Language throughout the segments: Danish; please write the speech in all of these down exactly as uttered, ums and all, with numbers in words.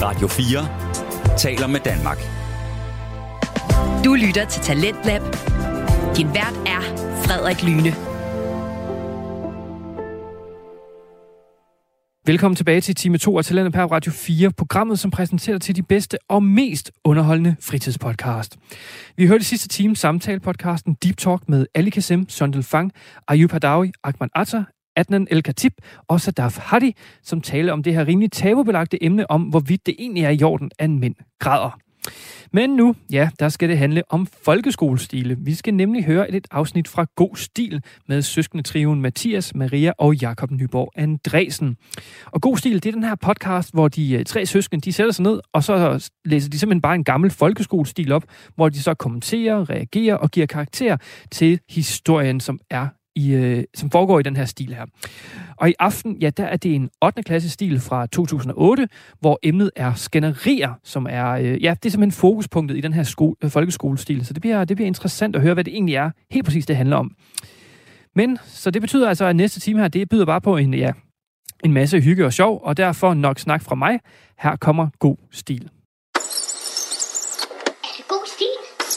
Radio fire taler med Danmark. Du lytter til Talentlab. Din vært er Frederik Lyne. Velkommen tilbage til time to af Talentet på Radio fire, programmet, som præsenterer til de bedste og mest underholdende fritidspodcast. Vi hørte i sidste time samtale-podcasten Deep Talk med Ali Kazem, Sondel Fang, Ayub Hadaoui, Ahmad Atta, Adnan El-Khatib og Sadaf Hadi, som taler om det her rimelig tabubelagte emne om, hvorvidt det egentlig er i orden, at mænd græder. Men nu, ja, der skal det handle om folkeskolestile. Vi skal nemlig høre et afsnit fra God Stil med søskendetrioen Mathias, Maria og Jakob Nyborg Andresen. Og God Stil, det er den her podcast, hvor de tre søskende, de sætter sig ned, og så læser de simpelthen bare en gammel folkeskolestil op, hvor de så kommenterer, reagerer og giver karakter til historien, som er I, øh, som foregår i den her stil her. Og i aften, ja, der er det en ottende klasse stil fra to tusind og otte, hvor emnet er skænderier, som er, øh, ja, det er simpelthen fokuspunktet i den her skole, øh, folkeskolestil. Så det bliver, det bliver interessant at høre, hvad det egentlig er, helt præcis det handler om. Men, så det betyder altså, at næste time her, det byder bare på en, ja, en masse hygge og sjov, og derfor nok snak fra mig. Her kommer God Stil. Er det god stil?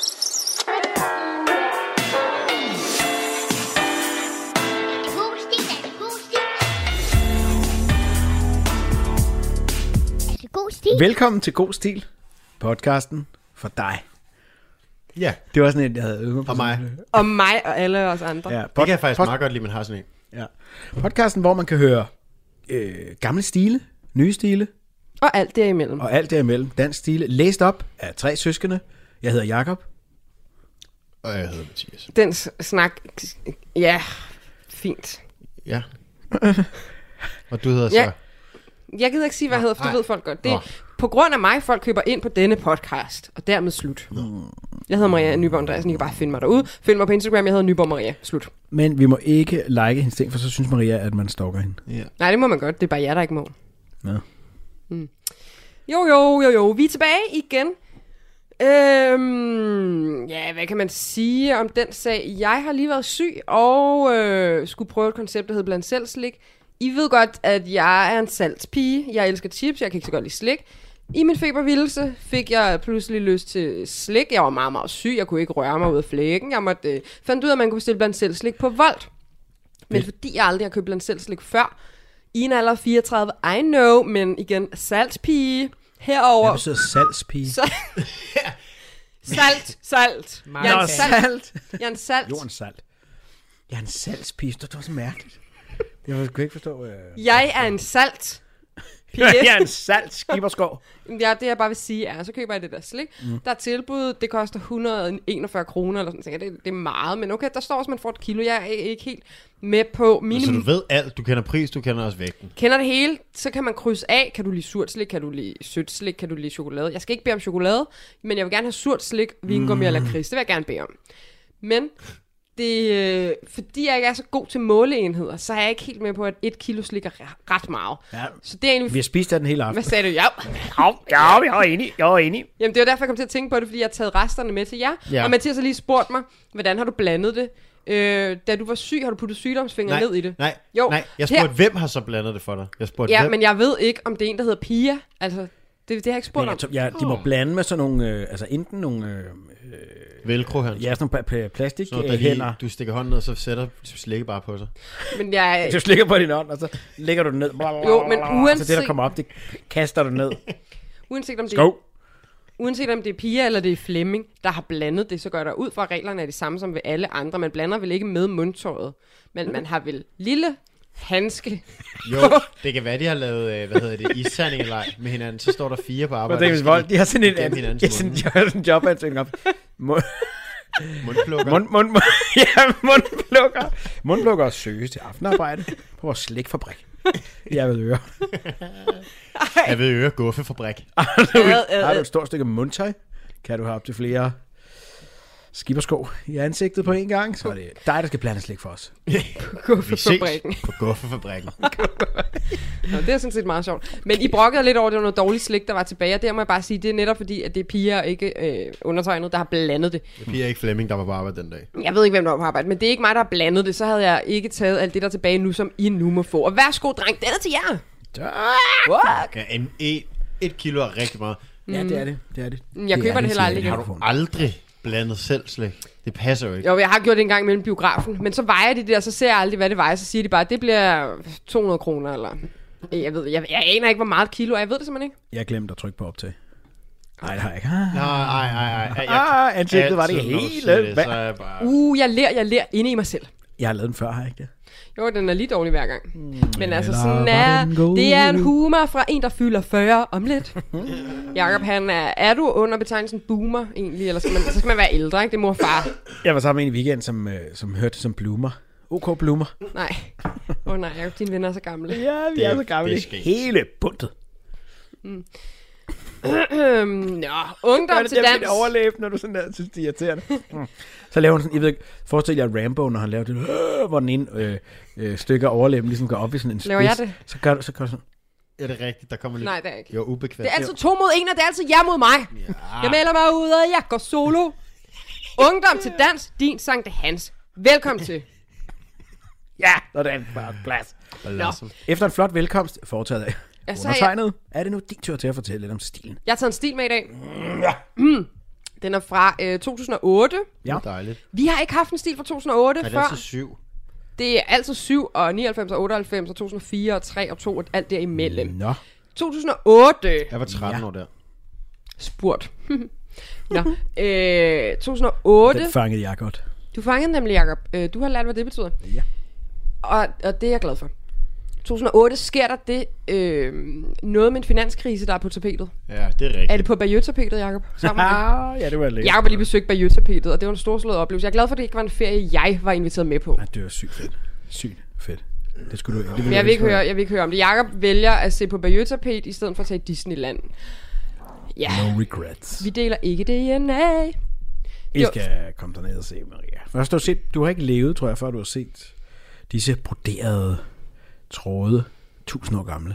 Velkommen til God Stil, podcasten for dig. Ja. Det var sådan en, jeg havde øvet mig på. Og mig. Og mig og alle os andre. Ja, pod- det kan jeg faktisk pod- meget godt lide, man har sådan en. Ja. Podcasten, hvor man kan høre øh, gamle stile, nye stile. Og alt derimellem. Og alt derimellem. Dansk stile. Læst op af tre søskende. Jeg hedder Jakob. Og jeg hedder Mathias. Den snak... Ja, fint. Ja. Og du hedder så... Ja. Jeg gider ikke sige, hvad jeg hedder, for det ved folk godt. Det er på grund af mig, folk køber ind på denne podcast, og dermed slut. Mm. Jeg hedder Maria Nyborg Andresen, I kan bare finde mig derude. Find mig på Instagram, jeg hedder Nyborg Maria. Slut. Men vi må ikke like hendes ting, for så synes Maria, at man stalker hende. Ja. Nej, det må man godt. Det er bare jer, der ikke må. Ja. Mm. Jo, jo, jo, jo. Vi er tilbage igen. Øhm, ja, hvad kan man sige om den sag? Jeg har lige været syg, og øh, skulle prøve et koncept, der hedder blandt selv slik. I ved godt, at jeg er en saltspige. Jeg elsker chips, jeg kan ikke så godt lide slik. I min febervildelse fik jeg pludselig lyst til slik. Jeg var meget, meget syg. Jeg kunne ikke røre mig ud af flækken. Jeg måtte, øh, fandt ud af, at man kunne bestille blandt selv slik på Volt. Men fordi jeg aldrig har købt blandt selv slik før, i en alder fireogtredive, I know, men igen, saltspige herover. Jeg betyder saltspige. Så, salt, salt. Jeg er en salt. Jeg er en salt. Jorden salt. Jeg er en saltspige. Det var så mærkeligt. Jeg kunne ikke forstå... Øh... Jeg er en salt. Jeg er en salt skipperskov. Ja, det jeg bare vil sige er, så køber jeg det der slik. Mm. Der er tilbud, det koster et hundrede og enogfyrre kroner, eller sådan, det, det er meget, men okay, der står også, man får et kilo. Jeg er ikke helt med på minimum. Så du ved alt, du kender pris, du kender også vægten. Kender det hele, så kan man krydse af. Kan du lide surt slik, kan du lide sødt slik, kan du lide chokolade. Jeg skal ikke bede om chokolade, men jeg vil gerne have surt slik, vingummi mm. eller lakrids. Det vil jeg gerne bede om. Men... Det, øh, fordi jeg ikke er så god til måleenheder, så er jeg ikke helt med på, at et kilo slik er ret meget. Ja, så det er egentlig... Vi har spist af den hele aften. Hvad sagde du? Ja, ja, ja jeg er enig, jeg er enig. Jamen det var derfor, jeg kom til at tænke på det, fordi jeg har taget resterne med til jer. Ja. Og Mathias har lige spurgt mig, hvordan har du blandet det? Øh, da du var syg, har du puttet sygdomsfingre ned i det? Nej, jo, nej. Jeg spurgte, her... hvem har så blandet det for dig? Jeg spurgte, ja, hvem? men jeg ved ikke, om det er en, der hedder Pia. Altså, det, det har jeg ikke spurgt om. Ja, de må blande med sådan nogle, øh, altså enten nogle... Øh, velcro her. Ja, sådan nogle plastik så der hænder. Du stikker hånden ned, så sætter slikker bare på sig. Men jeg... Du slikker på din hånd, og så lægger du den ned. Jo, men uanset... Så det, der kommer op, det kaster du ned. Uanset om det er, uanset om det er Pia eller det er Flemming, der har blandet det, så går der ud fra, at reglerne er de samme som ved alle andre. Man blander vel ikke med mundtøjet, men man har vel lille handske. Jo, det kan være, de har lavet, hvad hedder det, isterningeleg med hinanden. Så står der fire på arbejde. Det er de har sådan en, en, en, en jobansøgning op. Mundplukker. Mund, mund, mund, ja, mundplukker. Mundplukker og søges til aftenarbejde på vores slikfabrik. Jeg vil øre. Jeg vil øre guffefabrik. Har du et stort stykke mundtøj, kan du have op til flere skippersko i ansigtet på en gang, så er det dig, der skal blande slik for os. På guffefabrikken. På guffefabrikken. Nå, det er sådan set meget sjovt. Men I brokkede lidt over, at det var noget dårligt slik, der var tilbage, og der må jeg bare sige, det er netop fordi, at det er Pia og ikke øh, undertegnet, der har blandet det. Det er Pia ikke Flemming, der var på arbejde den dag. Jeg ved ikke, hvem der var på arbejde, men det er ikke mig, der har blandet det. Så havde jeg ikke taget alt det der tilbage nu, som I nu må få. Og værsgo, dreng, den er til jer. Ja, en, en, et kilo er rigtig meget. Ja, det er det. Det er det. Jeg det køber er det heller aldrig siger igen. jeg. Har du aldrig blandet selv slik? Det passer jo ikke. Jo, jeg har gjort det en gang mellem biografen, men så vejer de det, og så ser jeg aldrig, hvad det vejer. Så siger de bare, at det bliver to hundrede kroner, eller... Jeg ved, jeg, jeg aner ikke, hvor meget kilo er. Jeg ved det simpelthen ikke. Jeg glemte at trykke på optag. Nej, det har jeg ikke. Nej, nej, nej, nej. Ah, ansigtet var det altid, når du hele. siger det, så er jeg bare... Uh, jeg lærer, jeg lærer inde i mig selv. Jeg har lavet den før, har jeg ikke det? Jo, den er lige dårlig hver gang. Mm, men altså, eller sådan var er, den god? det er en humor fra en, der fylder fyrre om lidt. Jakob, han er, er du under betegnelsen boomer egentlig? Eller skal man, så skal man være ældre, ikke? Det er mor og far. Jeg var sammen med en i weekend, som, øh, som hørte som bloomer. OK Bloomer. Nej. Åh oh, nej, Jacob, dine venner er så gamle. Ja, vi Det- er så gamle. det er skægt. Hele bundet. Nå, ungdom til dans. Det overlæb, når du sådan der synes, det er irriterende. Mm. Så laver hun sådan, jeg ved ikke, forestil jer Rambo, når han laver det, øh, hvor den ene øh, øh, stykke af overlæben ligesom går op i sådan en spids. Laver jeg det? Så gør du så gør du sådan. Er det rigtigt? Der kommer lidt... Nej, det er ikke. Jo, ubekvemt. Det er altid to mod en, og det er altid jeg mod mig. Ja. Jeg melder mig ud, og jeg går solo. Ungdom til dans, din Sankt Hans. Velkommen til. Ja, når det er bare plads. Nå. Efter en flot velkomst, foretaget af Ja, så er jeg, undertegnet, er det nu din tur til at fortælle lidt om stilen. jeg har taget en stil med i dag. Mm. Den er fra øh, to tusind og otte. Ja. Dejligt. Vi har ikke haft en stil fra to tusind og otte Er det før. altid syv? Det er altid syv og nioghalvfems og otteoghalvfems og to tusind og fire og tre og to og alt derimellem. Nå. to tusind og otte. Jeg var tretten Ja. år der. Spurgt. Nå. Øh, to tusind og otte. Den fangede jeg godt. Du fangede nemlig, Jacob. Øh, du har lært, hvad det betyder. Ja. Og, og det er jeg glad for. to tusind og otte sker der det øh, noget med en finanskrise, der er på tapetet. Ja, det er rigtigt. Er det på Bayeux-tapetet, Jacob? Sammen med Ah, ja, det var lækkert. Jacob har lige besøgt Bayeux-tapetet, og det var en storslået oplevelse. Jeg er glad for, at det ikke var en ferie, jeg var inviteret med på. Ja, det var sygt fedt. Sygt fedt. Det skulle du det ville Men jeg vil, ikke elske. høre, jeg vil ikke høre om det. Jacob vælger at se på Bayeux-tapet, i stedet for at tage i Disneyland. Ja, No regrets. vi deler ikke D N A. I Jo. skal komme derned og se, Maria. Først, du har set, du har ikke levet, tror jeg, før du har set disse broderede tråde, tusind år gamle.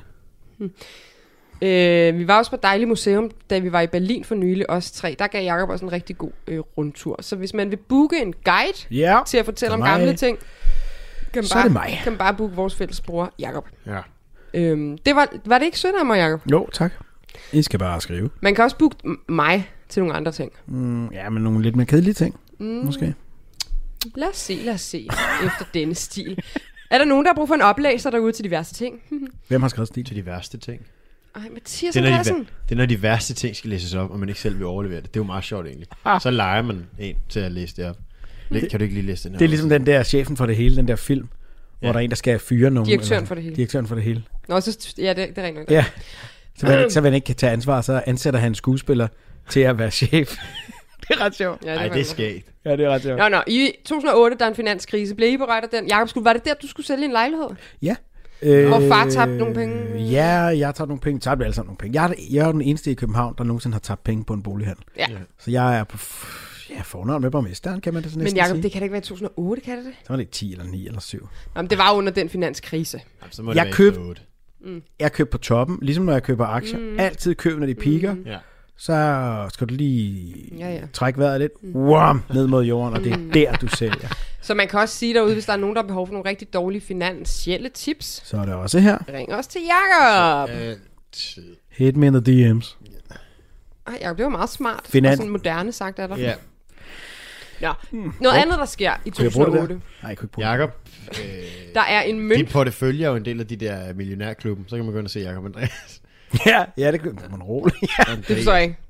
Øh, vi var også på et dejligt museum, da vi var i Berlin for nylig, os tre. Der gav Jacob også en rigtig god øh, rundtur. Så hvis man vil booke en guide Ja. til at fortælle om mig. gamle ting, kan man Så bare, er det mig. kan man bare booke vores fælles bror, Jacob. Ja. Øhm, det var, var det ikke sødt af mig, Jacob? Jo, tak. I skal bare skrive. Man kan også booke m- mig til nogle andre ting. Mm, ja, men nogle lidt mere kedelige ting, Mm. måske. Lad os se, lad os se efter denne stil. Er der nogen, der har brug for en oplæser derude til diverse ting? Hvem har skrevet stil? Til de værste ting. Ej, Mathias Det er, når de, Andreasen. væ- det er, når de værste ting skal læses op, og man ikke selv vil overlevere det. Det er jo meget sjovt egentlig. Ah. Så leger man en til at læse det op. Læ- kan du ikke lige læse den her? Det er ligesom den der chefen for det hele, den der film, hvor Ja. der er en, der skal fyre nogen. Direktøren eller- for det hele. Direktøren for det hele. Nå, så, ja, det, det er rent nok. Ja. Så vil, han ikke, så vil han ikke kan tage ansvar, så ansætter han en skuespiller til at være chef. Det er ret sjovt. Ja, Ej, det er faktisk- skægt. Ja, det er ret sjovt. Nå, nå, i to tusind og otte, der er en finanskrise. Blev I berørt af den? Jakob, skulle, var det der, du skulle sælge en lejlighed? Ja. Øh, Og far tabte nogle penge? Ja, jeg tager nogle penge. Tabte alle sammen nogle penge. Jeg er, jeg er den eneste i København, der nogensinde har tabt penge på en bolighandel. Ja. Så jeg er på f- ja, fornavn med borgmesteren, kan man det så Men næsten Jacob, sige. det kan da ikke være i to tusind og otte, kan det det? Så var det ikke ti eller ni eller syv. Jamen, det var under den finanskrise. Jamen, så må Jeg det køb- være otte. Jeg køber på toppen, ligesom når jeg køber aktier. Mm. Altid køb, når de piker. Mm. Ja. Så skal du lige Ja, ja. trække vejret lidt. Wham, ned mod jorden, og det er der, du sælger. Så man kan også sige derude, hvis der er nogen, der har behov for nogle rigtig dårlige finansielle tips, Så er det også her. ring også til Jakob. Altid. Hit me in the D M's. Ej, Jacob, det var meget smart. Finan- Og sådan moderne sagt af dig. Ja. Nå, noget andet, der sker i to Kunne jeg bruge tusind og det otte. der? Nej, jeg kunne ikke bruge Jakob, øh, Der er en din mønt. portefølje er jo en del af de der millionærklubben. Så kan man gå ind og se Jakob Andreas. det. Ja, ja, det kunne man roligt. Ja. Det forstår jeg ikke.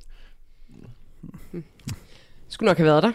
Skulle nok have været der.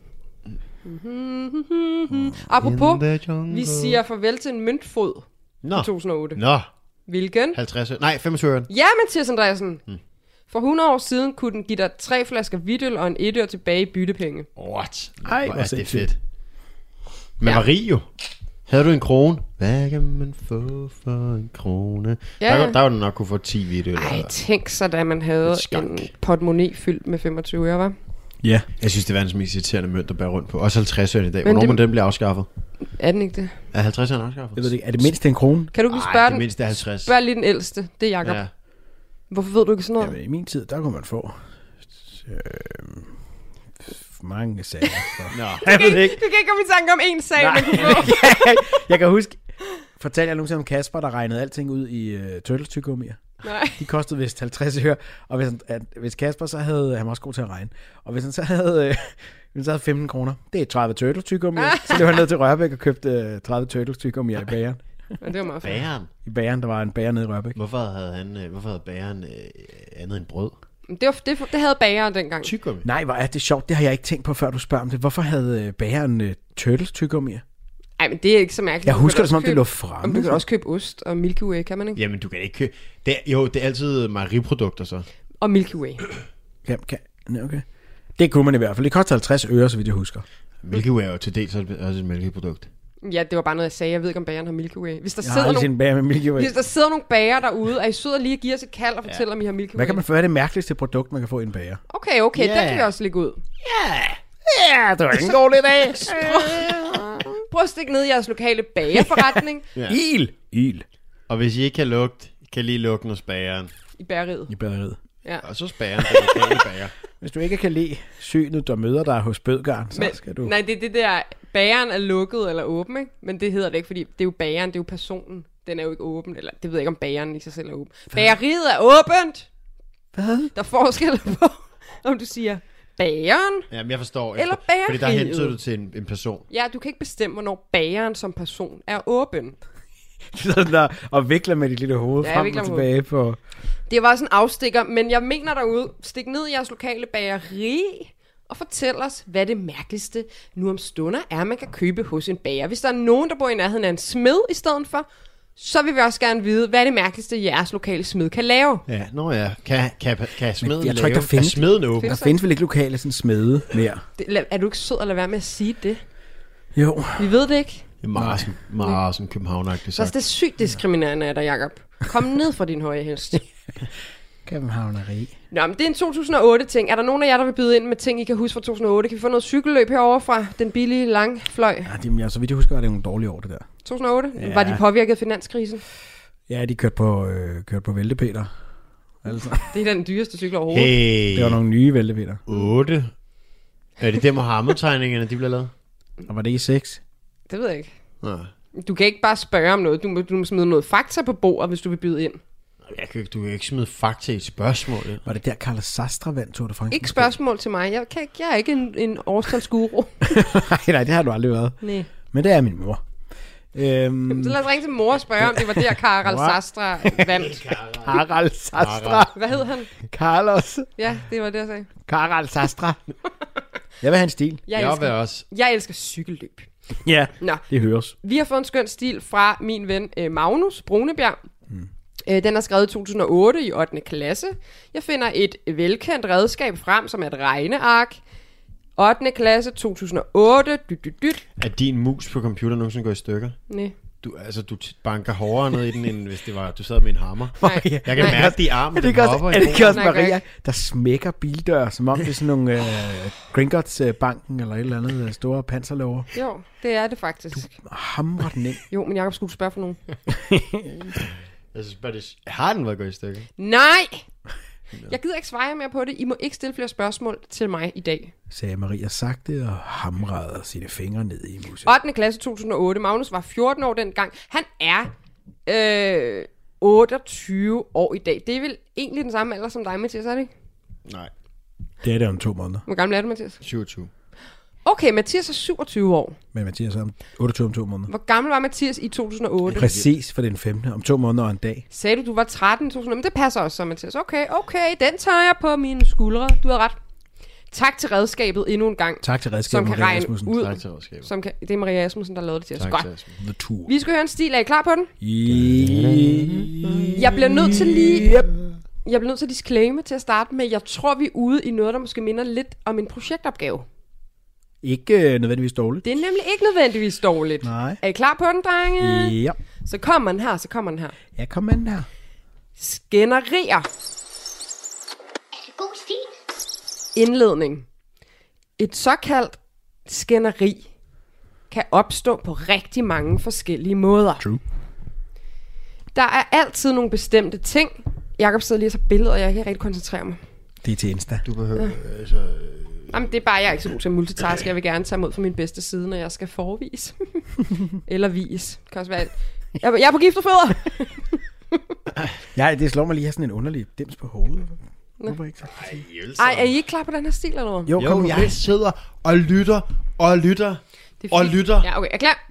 Apropos, vi siger farvel til en møntfod Nå. i to tusind og otte. Nå, Hvilken? halvtreds øre. Nej, femogtyve øre. Ja, Mathias Andreasen. Hmm. For hundrede år siden kunne den give dig tre flasker hvidøl og en etør tilbage i byttepenge. What? Ej, Hvor hvor er det sindssygt. fedt. Men Ja. Marie jo. Havde du en krone? Hvad kan man få for en krone? Ja, Der, ja. der var du nok kunne få ti hvidt øl. Ej, tænk så, da man havde Et skank. en portemonnaie fyldt med femogtyve øre, var. Ja. Jeg synes, det er verdens mest irriterende mønt at bære rundt på. Også halvtreds øre i dag. Men Hvornår det- må den blive afskaffet? Er den ikke det? Er halvtreds øre afskaffet? Jeg ved det ikke. Er det mindst en krone? Kan du ikke Nej, spørge det den? mindste er halvtreds. Spørg lige den ældste. Det er Jakob. Ja. Ja. Hvorfor ved du ikke sådan noget? Jamen, i min tid, der kunne man få øh, mange sager. For. Nå. Jeg ved det ikke. Du kan ikke komme i tanke om en sag, Nej. man kunne få. jeg kan huske, fortalte jeg nogensinde om Kasper, der regnede alting ud i uh, turtles-tygummier. Nej. De kostede vist halvtreds øre. Og hvis, at, hvis Kasper så havde, han var også god til at regne, og hvis han så havde, øh, hvis han så havde femten kroner, det er tredive turtles tyggegummi, så løb han ned til Rørbæk og købte øh, tredive turtles tyggegummi i bageren. Men det var meget fedt. Bageren? I bageren, der var en bager nede i Rørbæk. Hvorfor havde, han, øh, hvorfor havde bageren øh, andet end brød? Det, var, det, det havde bageren dengang. Tyggegummi? Nej, hvor er det sjovt. Det har jeg ikke tænkt på, før du spørger om det. Hvorfor havde øh, bageren øh, turtles tyggegummi? Nej, men det er ikke så mærkeligt. Jeg Du husker kan det, som om også det lå købe- fremme. Jamen, du kan også købe ost og Milky Way, kan man ikke? Jamen, du kan ikke købe... Det er, jo, det er altid mejeriprodukter, så. Og Milky Way. Ja, kan, nej, okay. Det kunne man i hvert fald. Det koster halvtreds øre, så vidt jeg husker. Milky Way er jo til dels også et mælkeprodukt. Ja, det var bare noget, jeg sagde. Jeg ved ikke, om bageren har Milky Way. Hvis der, Jeg har sidder aldrig set nogle, en bager med Milky Way. hvis der sidder nogle bager derude, er I sød og lige at give os et kald og fortælle, ja. om I har Milky Way? Hvad kan man få? Hvad er det mærkeligste produkt, man kan få i en bager? Okay, okay, Ja. den kan vi også lægge ud. Ja, det var ikke en god dag. Prøv at stikke ned i jeres lokale bagerforretning Ja. Il. Il. Og hvis I ikke kan lugte, kan lige lugte hos bageren. i bageriet. I bageriet. Ja. Og så spærer den lokale bager. Hvis du ikke kan lide synet, der møder dig hos Bødgarn, så Men, skal du... Nej, det er det der, bageren er lukket eller åben, ikke? Men det hedder det ikke, fordi det er jo bageren, det er jo personen. Den er jo ikke åben, eller det ved jeg ikke, om bageren i sig selv er åben. Bageriet er åbent! Hvad? Der er forskel på, om du siger bageren. Jamen, jeg forstår. Eller efter, Fordi der bageriet. hentyder du til en, en person. Ja, du kan ikke bestemme, hvornår bageren som person er åben. Sådan der og vikler med dit lille hoved Ja, ja, jeg frem vikler og med tilbage på... Det var sådan en afstikker, men jeg mener derude, stik ned i jeres lokale bageri og fortæl os, hvad det mærkeligste nu om stunder er, man kan købe hos en bager. Hvis der er nogen, der bor i nærheden af en smed i stedet for, så vil vi også gerne vide, hvad er det mærkeligste, jeres lokale smed kan lave. Ja, nå ja. Kan, kan, kan smeden jeg tror ikke, lave? der findes- Er smeden åben? Findes Der findes vel ikke lokale sådan smede mere? Det, la- er du ikke sød at lade være med at sige det? Jo. Vi ved det ikke. Det er meget sådan, meget sådan københavneragtigt Så sagt. det er sygt diskriminerende af dig, Jacob. Kom ned fra din høje hest. Københavneri. Nå, men det er en to tusind og otte-ting. Er der nogen af jer, der vil byde ind med ting, I kan huske fra to tusind og otte? Kan vi få noget cykelløb herovre fra den billige langfløj? Ja, de, ja, så vidt jeg husker, var det nogle dårlige år, det der. to tusind og otte? Ja. Var de påvirket af finanskrisen? Ja, de kørte på, øh, kørte på Væltepeter. Altså, Det er den dyreste cykel overhovedet. Hey, det var nogle nye Væltepeter. otte. Er det der Mohammed-tegningerne, de bliver lavet? Og var det i seks? Det ved jeg ikke. Nej. Du kan ikke bare spørge om noget. Du må, du må smide noget fakta på bordet, hvis du vil byde ind. Jeg kan, du kan ikke smide fakta i et spørgsmål. Ja. Var det der, Carlos Sastre vandt Tour de France? Ikke spørgsmål til mig. Jeg, kan, ikke- jeg er ikke en, en årstalsguru. nej, nej, det har du aldrig været. Nej. Men det er min mor. Øhm, Så lad os ringe til mor og spørge, om det var der, Karel Mor. Sastra vandt. Harald Sastre. Hvad hed han? Carlos. Ja, det var det, jeg sagde. Karel Sastre. Jeg vil have en stil. Jeg Jeg vil elsker, også. jeg elsker cykelløb. Ja, Nå, det høres. vi har fået en skøn stil fra min ven øh, Magnus Brunebjerg. Mm. Øh, den er skrevet i to tusind og otte i ottende klasse. Jeg finder et velkendt redskab frem, som er et regneark. ottende klasse, to tusind og otte. Dyt, dyt, dyt. Er din mus på computer nogensinde går i stykker? Nej. Du, altså, du t- banker hårdere ned i den, end hvis det var, du sad med en hammer. Nej. Ja. Jeg kan Nej. mærke de arme, Er det den ikke også, hopper er det i ikke også Nej, gør Maria, ikke. der smækker bildør, som om det er sådan nogle øh, Gringotts-banken eller et eller andet øh, store panserlover? Jo, det er det faktisk. Hamrer den ind. Jo, men Jacob, skulle du spørge for nogen? Jeg synes bare, det har den været gået i stykker? Nej! Jeg gider ikke svare mere på det. I må ikke stille flere spørgsmål til mig i dag. Sagde Maria sagte og hamrede sine fingre ned i musen. ottende klasse to tusind og otte. Magnus var fjorten år dengang. Han er øh, otteogtyve år i dag. Det er vel egentlig den samme alder som dig, Mathias, er det ikke? Nej, Det er det om to måneder. Hvor gammel er du, Mathias? syvogtyve. Okay, Mathias er syvogtyve år. Men Mathias er om otteogtyve om to måneder. Hvor gammel var Mathias i to tusind og otte? Præcis for den femte om to måneder og en dag. Sagde du, du var tretten i to tusind og otte? Men det passer også så, Mathias. Okay, okay, den tager jeg på mine skuldre. Du har ret. Tak til redskabet endnu en gang. Tak til Som redskabet, kan Maria regne Rasmussen. ud. Tak til redskabet. Som kan, det er Maria Asmussen, der lavede det til os. Tak Godt. til Asmus. The Tour. Vi skal høre en stil. Er I klar på den? I... Jeg bliver nødt til lige... Yep. Jeg bliver nødt til at disclaimer til at starte med. Jeg tror, vi er ude i noget, der måske minder lidt om en projektopgave. Ikke øh, nødvendigvis dårligt. Det er nemlig ikke nødvendigvis dårligt. Nej. Er I klar på den, drenge? Ja. Så kommer den her, så kommer den her. Jeg kom med den her. Skænderier. Er det god stil? Indledning. Et såkaldt skænderi kan opstå på rigtig mange forskellige måder. True. Der er altid nogle bestemte ting. Jakob sidder lige og tager billeder, og jeg kan ikke rigtig koncentrere mig. Det er til Insta. Du behøver... Ja. Altså, Jamen, det er bare, jeg er ikke så god til at multitaske. Jeg vil gerne tage mod for min bedste side, når jeg skal forvise. Eller vis. Det kan også være... Jeg, jeg er på giftefødder. Ja, det slår mig lige at have sådan en underlig dims på hovedet. Hvorfor ikke så? Ej, er I ikke klar på den her stil, eller noget? Jo, kom Jo, nu. jeg sidder og lytter og lytter Det er og fordi- lytter. Ja, okay, er klar?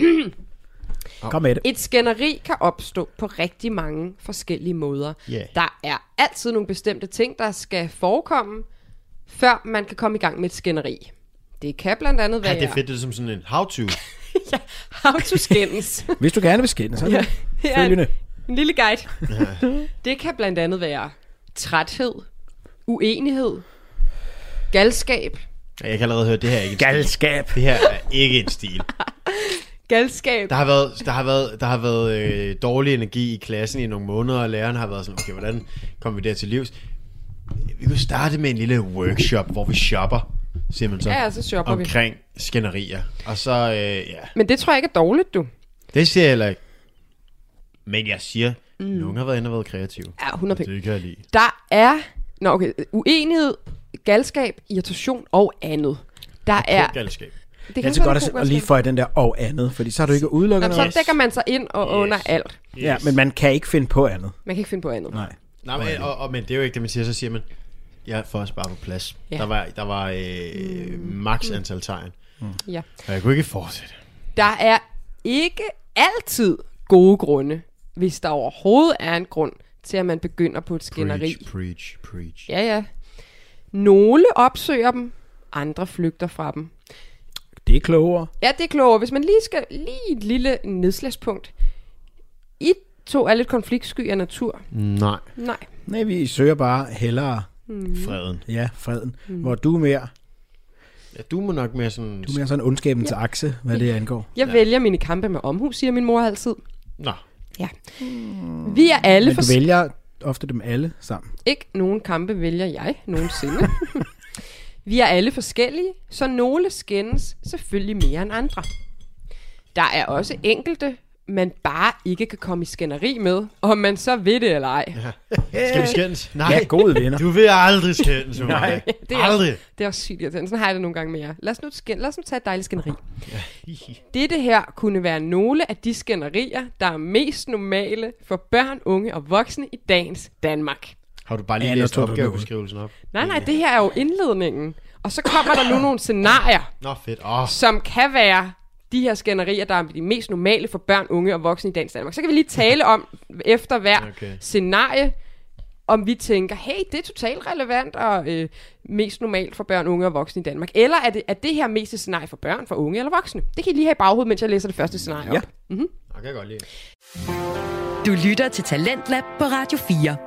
Kom med det. Et skænderi kan opstå på rigtig mange forskellige måder. Yeah. Der er altid nogle bestemte ting, der skal forekomme, før man kan komme i gang med et skænderi. Det kan blandt andet være... Ja, det er fedt, det er som sådan en how-to. ja, how to skændes. Hvis du gerne vil skænde, så er det Ja, følgende. en lille guide. Det kan blandt andet være træthed, uenighed, galskab. Jeg kan allerede høre, det her er ikke en stil. Galskab. Det her er ikke en stil. Galskab. Der har været, der har været, der har været øh, dårlig energi i klassen i nogle måneder, og læreren har været sådan, okay, hvordan kommer vi der til livs? Vi kunne starte med en lille workshop, hvor vi shopper, siger man så, Ja, ja, så shopper vi. omkring skænderier. Og så, øh, ja, Men det tror jeg ikke er dårligt, du. det siger jeg heller ikke. Men jeg siger, mm. nogen har været inde og været kreative. Ja, hundrede penge. Det kan jeg lide. Der er Nå, okay, uenighed, galskab, irritation og andet. Der er... Galskab. Det Det kan er så være godt god at, at lige galskab. få den der og andet, fordi så har du ikke udelukket Nå, noget. så dækker man sig ind og Yes. under alt. Yes. Ja, men man kan ikke finde på andet. Man kan ikke finde på andet. Nej. Nej, men, og, og, men det er jo ikke det, man siger. Så siger man, jeg får os bare på plads. Ja. Ja. Der var, der var øh, mm. max antal tegn. Ja. Og jeg kunne ikke fortsætte. Der er ikke altid gode grunde, hvis der overhovedet er en grund til, at man begynder på et skænderi. Preach, preach, preach. Ja, ja. Nogle opsøger dem, andre flygter fra dem. Det er klogere. Ja, det er klogere. Hvis man lige skal lige et lille nedslagspunkt. I to er lidt konfliktsky af natur. Nej. Nej. Nej, vi søger bare hellere, Freden. ja, freden. Mm. Hvor du er mere, Ja, du må nok mere sådan... du er mere sådan ondskabens ja. akse, hvad det angår. Jeg ja. vælger mine kampe med omhu, siger min mor altid. Nå. Ja. Vi er alle Men du for... vælger ofte dem alle sammen. Ikke nogen kampe vælger jeg nogensinde. Vi er alle forskellige, så nogle skændes selvfølgelig mere end andre. Der er også enkelte, man bare ikke kan komme i skænderi med, om man så ved det eller ej. Skal vi skændes? Nej. Ja, gode venner. Du vil aldrig skændes med mig. Det er, Aldrig. også, det er også sygt irriterende. Sådan har jeg det nogle gange med jer. Lad os nu, skænd, lad os nu tage et dejligt skænderi. Dette her kunne være nogle af de skænderier, der er mest normale for børn, unge og voksne i dagens Danmark. Har du bare lige Ja, nu læst tog du opgavebeskrivelsen op? Nej, nej, det her er jo indledningen. Og så kommer der nu nogle scenarier, Nå, fedt. Åh, som kan være de her skænderier, der er de mest normale for børn, unge og voksne i dagens Danmark. Så kan vi lige tale om, efter hver Okay. scenarie, om vi tænker, hey, det er totalt relevant og øh, mest normalt for børn, unge og voksne i Danmark. Eller er det, er det her mest et scenarie for børn, for unge eller voksne? Det kan I lige have i baghovedet, mens jeg læser det første scenarie Ja. op. Mm-hmm. det kan jeg godt lide. Du lytter til Talentlab på Radio fire.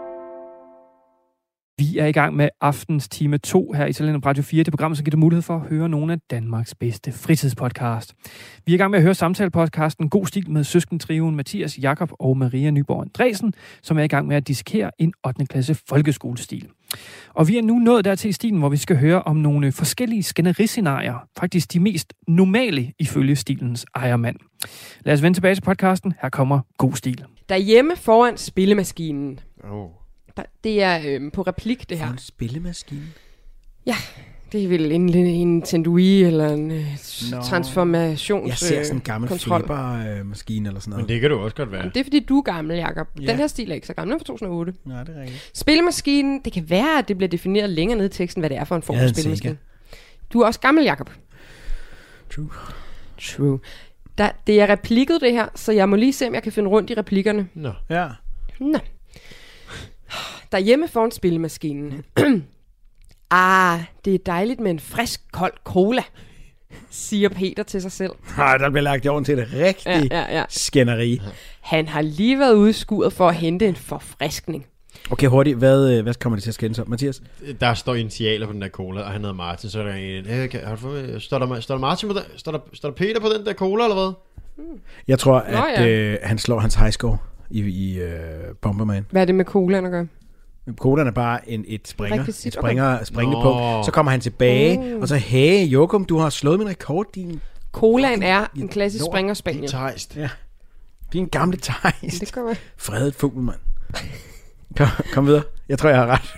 Vi er i gang med aftens time to her i Talentlab på Radio fire. Det program, som giver dig mulighed for at høre nogle af Danmarks bedste fritidspodcast. Vi er i gang med at høre samtalepodcasten God Stil med søskentrioen Mathias, Jakob og Maria Nyborg Andresen, som er i gang med at dissekere en ottende klasse folkeskolestil. Og vi er nu nået dertil i stilen, hvor vi skal høre om nogle forskellige skænderiscenarier. Faktisk de mest normale ifølge stilens ejermand. Lad os vende tilbage til podcasten. Her kommer God Stil. Derhjemme foran spillemaskinen. Oh. Der, det er øh, på replik, det For her. en spillemaskine. Ja, det er vel en, en Nintendo Wii eller en øh, Nå. transformations Jeg ser sådan en gammel kontrol. flipper-maskine eller sådan noget. Men det kan du også godt være. Det er fordi, du er gammel, Jacob. Ja. Den her stil er ikke så gammel. Den er fra to tusind og otte. Nej, det er rigtigt. Spillemaskinen, det kan være, at det bliver defineret længere ned i teksten, hvad det er for en form Jeg for havde en spillemaskine. Du er også gammel, Jacob. True. True. Der, det er replikket, det her, så jeg må lige se, om jeg kan finde rundt i replikkerne. Nå. Ja. Nå. Derhjemme foran spillemaskinen. Ah, det er dejligt med en frisk, kold cola, siger Peter til sig selv. Ej, der bliver lagt i orden til et rigtigt Ja, ja, ja. skænderi. Han har lige været ude i skuret for at hente en forfriskning. Okay, hurtigt. Hvad, øh, hvad kommer det til at skændes om, Mathias? Der står initialer på den der cola, og han hedder Martin, så er der en, hey, kan, har du fået, står, der, står der Martin på den, står der, står der Peter på den der cola, eller hvad? Jeg tror, Nå, at ja. øh, han slår hans high score i, i øh, Bomberman. Hvad er det med colaen at gøre? Colaen er bare en, et springer, Rekvisit, et springer, springende Nå. punkt. Så kommer han tilbage, Uh. og så, hey, Jokum, du har slået min rekord, din, Colaen er en klassisk Lort. springer Spanien. Tejst. din gamle tejst. Det gør man. Fredet fugl, mand. Kom, kom videre. Jeg tror, jeg har ret.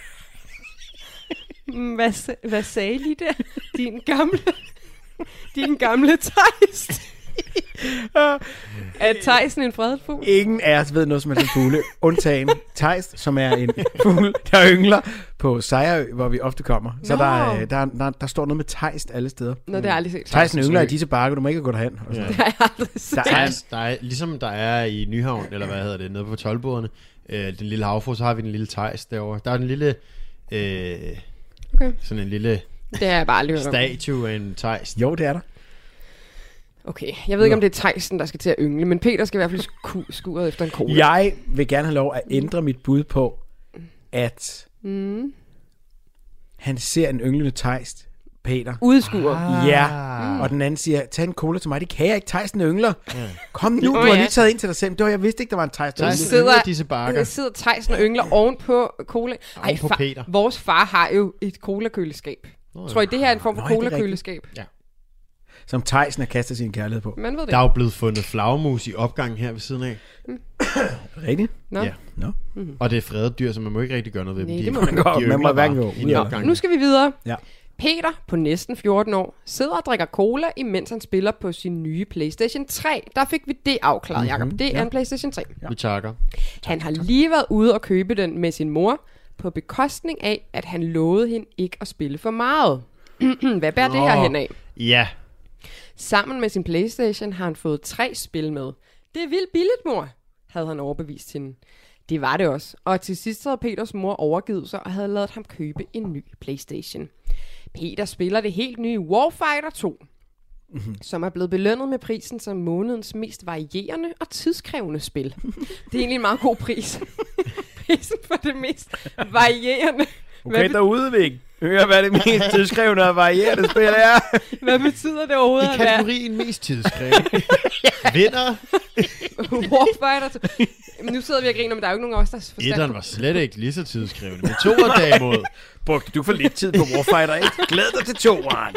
Hvad, hvad sagde I lige der? Din gamle... Din gamle tejst. Er Thijsen en fredet fugl? Ingen af os ved noget som helst om fugle, undtagen Theis, som er en fugl, der yngler på Sejrø, hvor vi ofte kommer. Så Nå. der, øh, der, der, der står noget med Theis alle steder. Nå, det har jeg aldrig set. Theisen yngler i disse bakker, du må ikke gå derhen. Og sådan. Det har jeg aldrig set. Der Der er, er, der er, ligesom der er i Nyhavn, eller hvad hedder det, nede på toldbådene, øh, den lille havfru, så har vi den lille Theis derovre. Der er den lille, øh, Okay. sådan en lille Det har jeg bare aldrig hørt om. statue af en Theis. jo, det er der. Okay, jeg ved ikke, om det er Thijsen, der skal til at yngle, men Peter skal i hvert fald sku- skuret efter en cola. Jeg vil gerne have lov at ændre mit bud på, at Mm. han ser en ynglende Theis, Peter. Udskuret. Ah. Ja, og den anden siger, tag en cola til mig. Det kan jeg ikke, Theisen yngler. Kom nu, Åh, du har ja. lige taget ind til dig selv. Det var, jeg vidste ikke, der var en Theis. der Theis ynglede. sidder- yngler i disse bakker. Der sidder Thijsen og yngler oven på cola. Oven på Peter. Vores far har jo et cola-køleskab. Nå, Tror I, det her er en form for Nå, ja, det er cola-køleskab? Som Theisen har kastet sin kærlighed på. Man ved det. Der er jo blevet fundet flagermus i opgangen her ved siden af. Rigtigt? Nå. Ja. Nå. Og det er fredet dyr, så man må ikke rigtig gøre noget ved Nej, dem. det må De- man godt. de Man må yngler hverken bare gå inde i ud eller- opgangen. Nu skal vi videre. Ja. Peter på næsten fjorten år sidder og drikker cola, imens han spiller på sin nye PlayStation tre. Der fik vi det afklaret, Jacob. Det er ja. en PlayStation tre. Vi takker. Han har lige været ude og købe den med sin mor, på bekostning af, at han lovede hende ikke at spille for meget. Hvad bærer det her Nå. hen af? Ja. Sammen med sin PlayStation har han fået tre spil med. Det er vildt billigt, mor, havde han overbevist hende. Det var det også. Og til sidst havde Peters mor overgivet sig og havde ladet ham købe en ny PlayStation. Peter spiller det helt nye Warfighter to, mm-hmm. som er blevet belønnet med prisen som månedens mest varierende og tidskrævende spil. Det er egentlig en meget god pris. Prisen for det mest varierende. Okay, Hvad, derude, Vig. Hør, hvad det mest tidsskrevne og varierende spil er. hvad betyder det overhovedet I at være kategorien mest tidskrævende. Vinder. Warfighter to? Men nu sidder vi og griner, men der er jo ikke nogen af os, der forstår. Etteren var slet ikke lige så tidskrævende. Men toer derimod. Brugte du for lidt tid på Warfighter et? Glæd dig til toeren.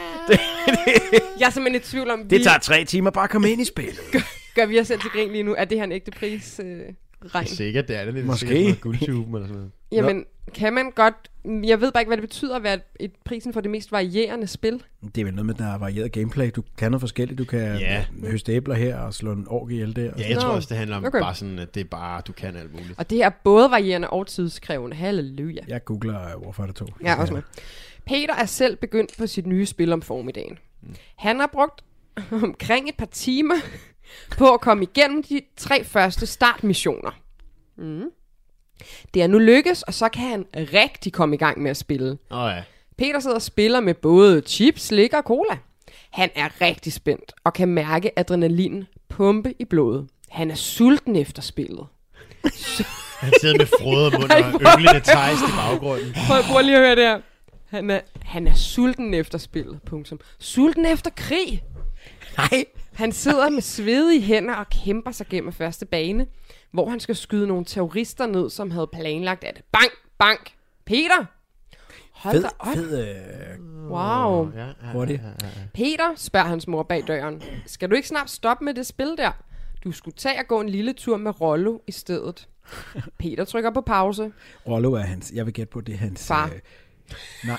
Jeg er simpelthen i tvivl om, vi, Det tager tre timer bare at komme ind i spillet. gør vi os selv til grin lige nu. Er det her en ægte pris? Øh, regn? Sikkert, det er det lidt. Måske. Sikkert noget guldtuben eller sådan noget. Jamen, kan man godt... Jeg ved bare ikke, hvad det betyder at være et, et prisen for det mest varierende spil. Det er vel noget med, at der er varieret gameplay. Du kan noget forskelligt. Du kan Ja. høste æbler her og slå en ork ihjel der. Ja, jeg Nå. tror også, det handler om Okay. bare sådan, at det er bare, du kan alt muligt. Og det er både varierende og tidskrævende. Halleluja. Jeg googler uh, Warfighter to. Jeg er også med. Peter er selv begyndt på sit nye spil om formiddagen. Han har brugt omkring et par timer på at komme igennem de tre første startmissioner. Mm. Det er nu lykkes, og så kan han rigtig komme i gang med at spille. Åh oh, ja. Peter sidder og spiller med både chips, slik og cola. Han er rigtig spændt og kan mærke adrenalin pumpe i blodet. Han er sulten efter spillet. Han sidder med frøde mund og ynglende Theis i baggrunden. Prøv, prøv lige at høre det her. Han er, han er sulten efter spillet, punktum. Sulten efter krig. Nej. Han sidder med svedige hænder og kæmper sig gennem første bane, hvor han skal skyde nogle terrorister ned, som havde planlagt at bank, bank. Peter! Hold Fed, da op. fed øh, Wow. Ja, ja, hurtigt. Peter, spørger hans mor bag døren. Skal du ikke snart stoppe med det spil der? Du skulle tage og gå en lille tur med Rollo i stedet. Peter trykker på pause. Rollo er hans. Jeg vil gætte på, det er hans... Far. Øh, nej.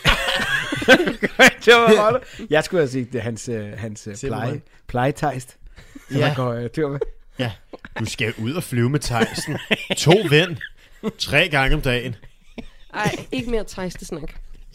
Det var Rollo. Jeg skulle have sagt, det er hans, øh, hans øh, pleje, Simpelthen. plejetejst. Som Ja. han går øh, tur med. Ja. Du skal ud og flyve med Theisen. To ven. Tre gange om dagen. Ej, ikke mere trejstesnak.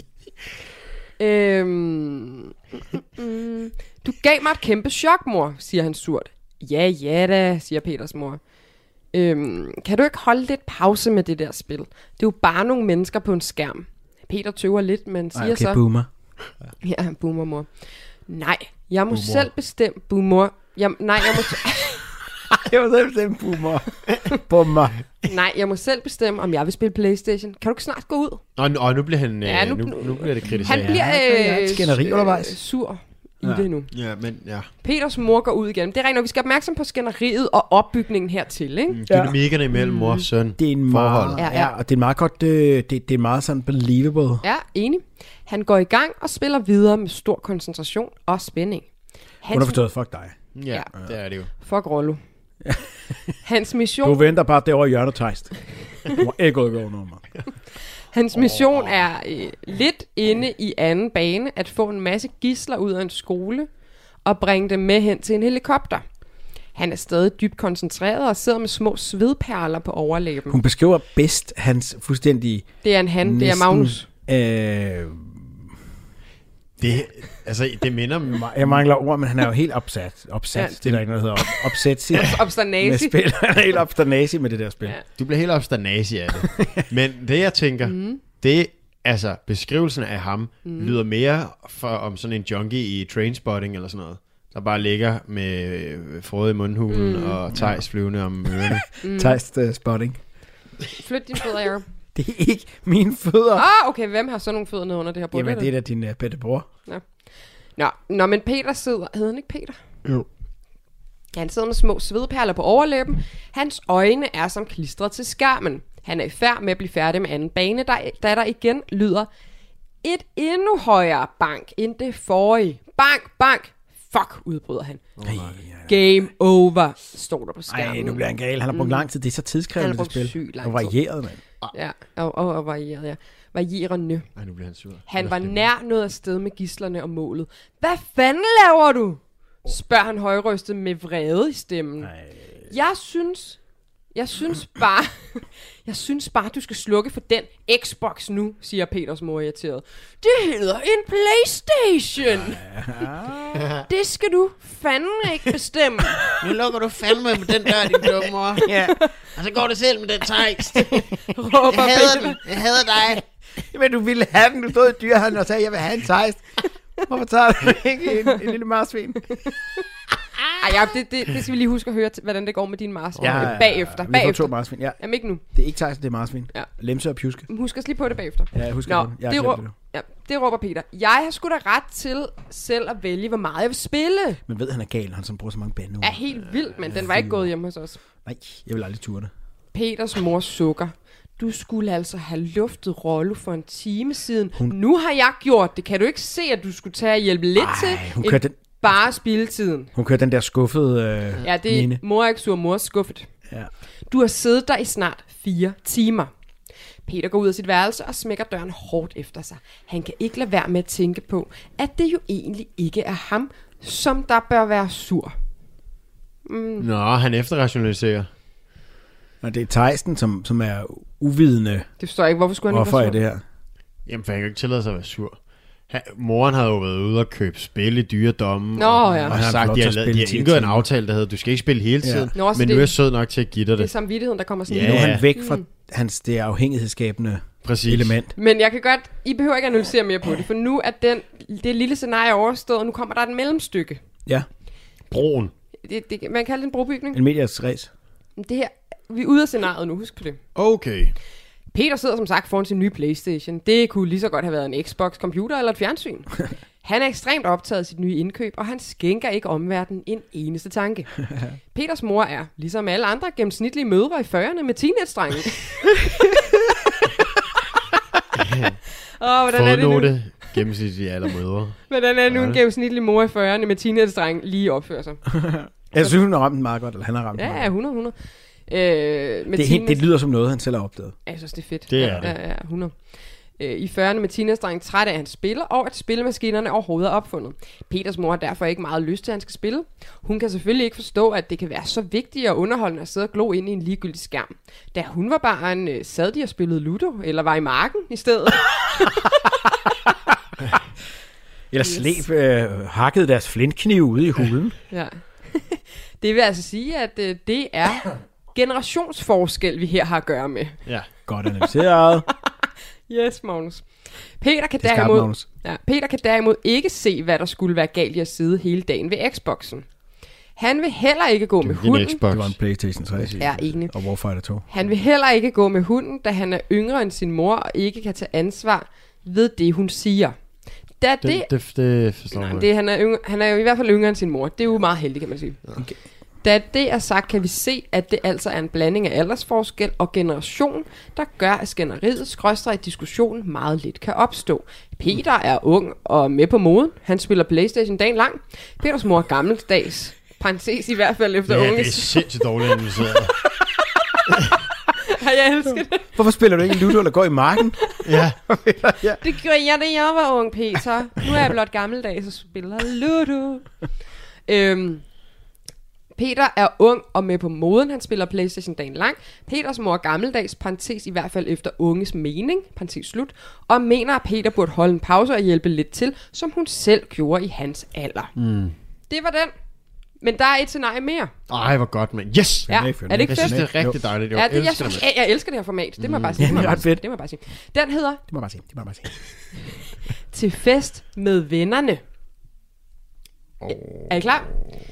Øhm, mm, mm, du gav mig et kæmpe chok, mor, siger han surt. Ja, ja da, siger Peters mor. Øhm, kan du ikke holde lidt pause med det der spil? Det er jo bare nogle mennesker på en skærm. Peter tøver lidt, men siger Ej, okay, så... boomer. Ja, boomer, mor. Nej, jeg må Boomer. selv bestemme... Boomer. Jeg, nej, jeg må... Jeg var selv bestemt boomer. Boomer. Nej, jeg må selv bestemme, om jeg vil spille PlayStation. Kan du ikke snart gå ud? Og, nu- og nu bliver han... Ja, Ja, nu- nu, nu, nu bliver det kritiseret. Han bliver ja, øh, et skænderi øh, undervejs. sur i Ja. det nu. Ja, men ja. Peters mor går ud igen. Det er rigtigt, vi skal være opmærksom på skænderiet og opbygningen hertil, ikke? Mm, dynamikkerne imellem mor og søn. Det er en Forhold. meget, Ja, ja, ja. ja. og det er meget godt, øh, det, det er meget sådan believable. Ja, enig. Han går i gang og spiller videre med stor koncentration og spænding. Hans... Underforstået, fuck dig. Ja, det er det jo. Fuck Rollo. Hans mission, Du venter bare derovre i hjørnet, Theist. Du må ikke gå over nummer. hans mission oh. er øh, lidt inde i anden bane at få en masse gidsler ud af en skole og bringe dem med hen til en helikopter. Han er stadig dybt koncentreret og sidder med små svedperler på overlæben. Hun beskriver bedst hans fuldstændige... Det er en han, det er Magnus. Øh, Det, altså, det minder mig... jeg mangler ord, men han er jo helt opsat. Opsat, Ja. det er der ikke noget, der hedder. Op- Opsat med Obsternasi. spil. Han er helt opsternasi med det der spil. Ja. Du bliver helt obsternasi af det. Men det, jeg tænker, mm. det altså, beskrivelsen af ham mm. lyder mere for, om sådan en junkie i Trainspotting eller sådan noget, der bare ligger med Frode i mundhulen mm. og Theis flyvende om ørerne. Mm. Theis uh, spotting. Flyt dine fødder, Jacob. Det er ikke mine fødder. Ah, okay, hvem har så nogle fødder nede under det her bord? Jamen, det er da din uh, bedte bror. Ja. Nå, nå, men Peter sidder... Hedder han ikke Peter? Jo. Han sidder med små svedperler på overlæben. Hans øjne er som klistret til skærmen. Han er i færd med at blive færdig med anden bane, da, da der igen lyder et endnu højere bank end det forrige. Bank, bank! Fuck, udbryder han. Oh, Game over, står der på skærmen. Ej, nu bliver han gal. Han har brugt mm. lang tid. Det er så tidskrævende, det spil. Og varieret, mand. Ja, og, og, og varieret, ja. Varierende. Ej, nu bliver han sur. Han var nær noget afsted med gidslerne og målet. Hvad fanden laver du? Spørger han højrøstet med vrede i stemmen. Ej. Jeg synes, jeg synes bare, jeg synes bare, du skal slukke for den Xbox nu, siger Peters mor irriteret. Det hedder en PlayStation. Det skal du fandme ikke bestemme. Nu lukker du fandme med den der, din dumme mor. Ja. Og så går det selv med den tekst. Råber Jeg hader Peter. den. Jeg hader dig. Men du ville have den. Du stod i dyrehandlen og sagde, jeg vil have en Theis. Hvorfor tager du ikke en, en lille marsvin? Ej, ja, det, det, det skal vi lige huske at høre, t- hvordan det går med din marsvin. Ja, Ja, bagefter. Vi får bagefter. to marsvin, ja. Jamen ikke nu. Det er ikke Theis, det er marsvin. Ja. Lemse og pjuske. Husk os lige på det bagefter. Ja, jeg husker Nå, det. Jeg har det, glemt rå- det nu. ja, det råber Peter. Jeg har sgu da ret til selv at vælge, hvor meget jeg vil spille. Men ved han er gal, han som bruger så mange bande. Er helt vildt, men den var ikke gået hjemme hos os. Nej, jeg vil aldrig ture det. Peters mor sukker. Du skulle altså have luftet Rollo for en time siden. Hun... Nu har jeg gjort det. Kan du ikke se, at du skulle tage og hjælpe lidt Ej, til? hun end kørte den- bare spildtiden. Hun kører den der skuffede øh, Ja, det er mine. mor er ikke sur, mor er skuffet. Ja. Du har siddet der i snart fire timer. Peter går ud af sit værelse og smækker døren hårdt efter sig. Han kan ikke lade være med at tænke på, at det jo egentlig ikke er ham, som der bør være sur. Mm. Nå, han efterrationaliserer. Og det er Theisen, som, som er uvidende. Det forstår jeg ikke. Hvorfor skulle han Hvorfor ikke er være det sur? her? Jamen, for han kan jo ikke tillade sig at være sur. Han, moren havde jo været ude og købe spil i dyredommen. Nå, og, ja. og Og han har har sagt, fået de lov har, til at lavet, de spille har indgået en ti aftale, der hedder, du skal ikke spille hele tiden. Nå, så men det- nu er jeg sød nok til at give dig Det er det. samvittigheden, der kommer sådan Nu lige. er Ja. han væk fra hans det afhængighedsskabende Præcis. element. Men jeg kan godt, I behøver ikke analysere mere på det, for nu er den, det lille scenarie overstået, og nu kommer der et mellemstykke. Ja, Broen. Det, det, man kalder det en brobygning. en medias race. Det her, vi er ude af scenariet nu, husk på det. Okay. Peter sidder som sagt foran sin nye PlayStation. Det kunne lige så godt have været en Xbox, computer eller et fjernsyn. Han er ekstremt optaget af sit nye indkøb, og han skænker ikke omverdenen en eneste tanke. Peters mor er, ligesom alle andre gennemsnitlige mødre i fyrrerne med teenage-drenge. Åh, hvordan er det nu? Fodnote. Gennemsnitlige alle mødre. Hvordan er nu en gennemsnitlig mor i fyrrerne med teenage-drenge lige opfører sig? Jeg synes, hun har ramt den meget godt, eller han har ramt den Ja, meget ja, godt. hundrede hundrede. Øh, med Det, er helt, det lyder som noget, han selv har opdaget. Ja, jeg synes, det er fedt. Det er ja, det. Ja, ja, hundrede. Øh, I fyrrerne med teenage-drengen træt af, at han spiller, og at spillemaskinerne overhovedet er opfundet. Peters mor har derfor ikke meget lyst til, at han skal spille. Hun kan selvfølgelig ikke forstå, at det kan være så vigtigt og underholdende at sidde og glo ind i en ligegyldig skærm. Da hun var barn, øh, sad de og spillede Ludo, eller var i marken i stedet. Eller slæb øh, hakkede deres flintkniv ude i hulen. Ja. Det vil altså sige, at øh, det er generationsforskel, vi her har at gøre med. Ja. Godt analyseret. Yes, Magnus. Peter kan, Det er skarpt, derimod, Magnus. ja, Peter kan derimod ikke se, hvad der skulle være galt i at sidde hele dagen ved Xboxen. Han vil heller ikke gå med En hunden. Xbox. Det var en PlayStation tre. Ja, enig. Og Warfighter to. Han vil heller ikke gå med hunden, da han er yngre end sin mor og ikke kan tage ansvar ved det, hun siger. Da det, Det, det, det forstår nej, jeg. det han, er yngre, han er jo i hvert fald yngre end sin mor. Det er jo meget heldigt, kan man sige. Okay. Da det er sagt, kan vi se, at det altså er en blanding af aldersforskel og generation, der gør, at skænderiet, skråstreg diskussionen meget lidt kan opstå. Peter er ung og med på moden. Han spiller PlayStation dagen lang. Peters mor er gammeldags. Parentes i hvert fald efter Ja, det er unges. sindssygt dårligt analyseret. Jeg elsker det. Hvorfor spiller du ikke Ludo eller går i marken? Ja. Det gjorde jeg, da jeg var ung, Peter. Nu er jeg blot gammeldags og spiller Ludo. Øhm, Peter er ung og med på moden. Han spiller PlayStation dagen lang. Peters mor er gammeldags, parentes i hvert fald efter unges mening, parentes slut, og mener, at Peter burde holde en pause og hjælpe lidt til, som hun selv gjorde i hans alder. Mm. Det var den. Men der er et scenarie mere. Ej, hvor godt, mand. Yes! Ja, er det ikke Jeg synes, fedt? det er rigtig dejligt. Jeg, Ja, det, jeg, elsker synes, det, jeg, jeg elsker det her format. Det må jeg bare sige. Ja, Det må det er jeg ret bare- fedt. det må jeg bare sige. Den hedder Det må jeg bare sige. Det må jeg bare sige. Til fest med vennerne. Er I klar?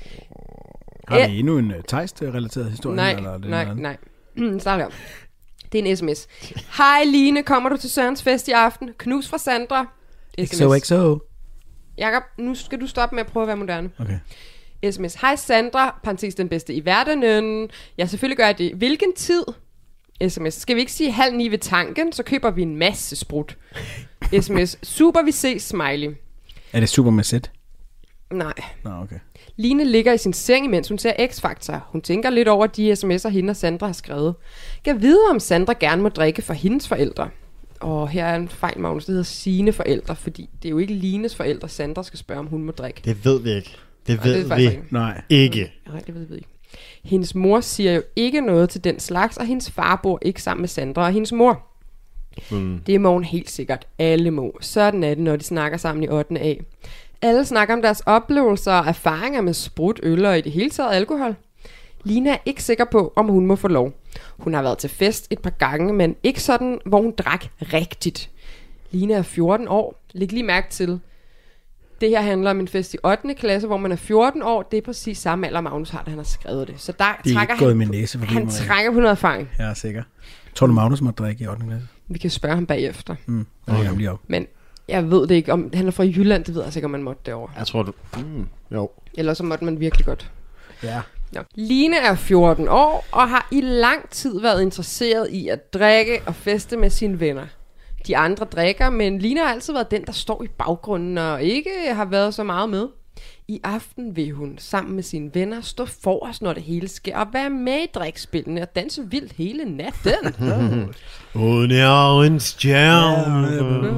Har vi endnu en uh, Theist-relateret historie? Nej, eller er det nej, noget nej. Start her. Det er en sms. Hej Line, kommer du til Sørens fest i aften? Knus fra Sandra. X O X O. Jakob, nu skal du stoppe med at prøve at være moderne. Okay. sms. Hej Sandra, parentes den bedste i verdenen. Ja, selvfølgelig gør jeg det. Hvilken tid? sms. Skal vi ikke sige halv ni ved tanken, så køber vi en masse sprut. sms. Super, vi ses, smiley. Er det super med sæt? Nej. Nå, okay. Line ligger i sin seng, mens hun ser X-Factor. Hun tænker lidt over de sms'er, hende og Sandra har skrevet. Kan vide, om Sandra gerne må drikke for hendes forældre. Og her er en fejl, Magnus. Det hedder sine forældre, fordi det er jo ikke Lines forældre, Sandra skal spørge, om hun må drikke. Det ved vi ikke. Det Nej, ved det er vi faktisk ikke. Nej. ikke. Nej, det ved vi ikke. Hendes mor siger jo ikke noget til den slags, og hendes far bor ikke sammen med Sandra og hendes mor. Mm. Det må hun helt sikkert. Alle må. Sådan er det, når de snakker sammen i ottende A. Alle snakker om deres oplevelser og erfaringer med sprut, øl og i det hele taget alkohol. Lina er ikke sikker på, om hun må få lov. Hun har været til fest et par gange, men ikke sådan, hvor hun drak rigtigt. Lina er fjorten år. Læg lige mærke til, det her handler om en fest i ottende klasse, hvor man er fjorten år. Det er præcis samme alder, Magnus har, da han har skrevet det. Så der Det er trækker ikke gået han, med næse forbi han mig. trækker på noget erfaring. Jeg er sikker. Tror du, Magnus må drikke i ottende klasse? Vi kan spørge ham bagefter. Mm. Jeg ringer ham lige op. Men jeg ved det ikke. Om han er fra Jylland, det ved jeg sikkert, om man måtte derovre. Jeg tror, du... Mm, jo. Eller så måtte man virkelig godt. Ja. Nå. Line er fjorten år og har i lang tid været interesseret i at drikke og feste med sine venner. De andre drikker, men Line har altid været den, der står i baggrunden og ikke har været så meget med. I aften vil hun sammen med sine venner stå forrest, når det hele sker, og være med i drikspillene og danse vildt hele natten. Hun er en stjerne.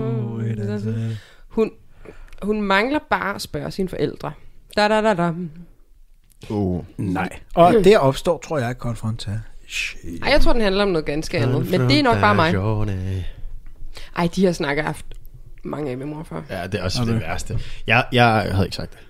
Hun, hun mangler bare at spørge sine forældre. Da, da, da, da. Uh. Nej. Og der opstår, tror jeg, konfrontation. Ej, jeg tror, den handler om noget ganske andet. Men det er nok bare mig. Ej, de her snakker jeg haft mange af med mor for. Ja, det er også Okay. det værste. Jeg, jeg havde ikke sagt det.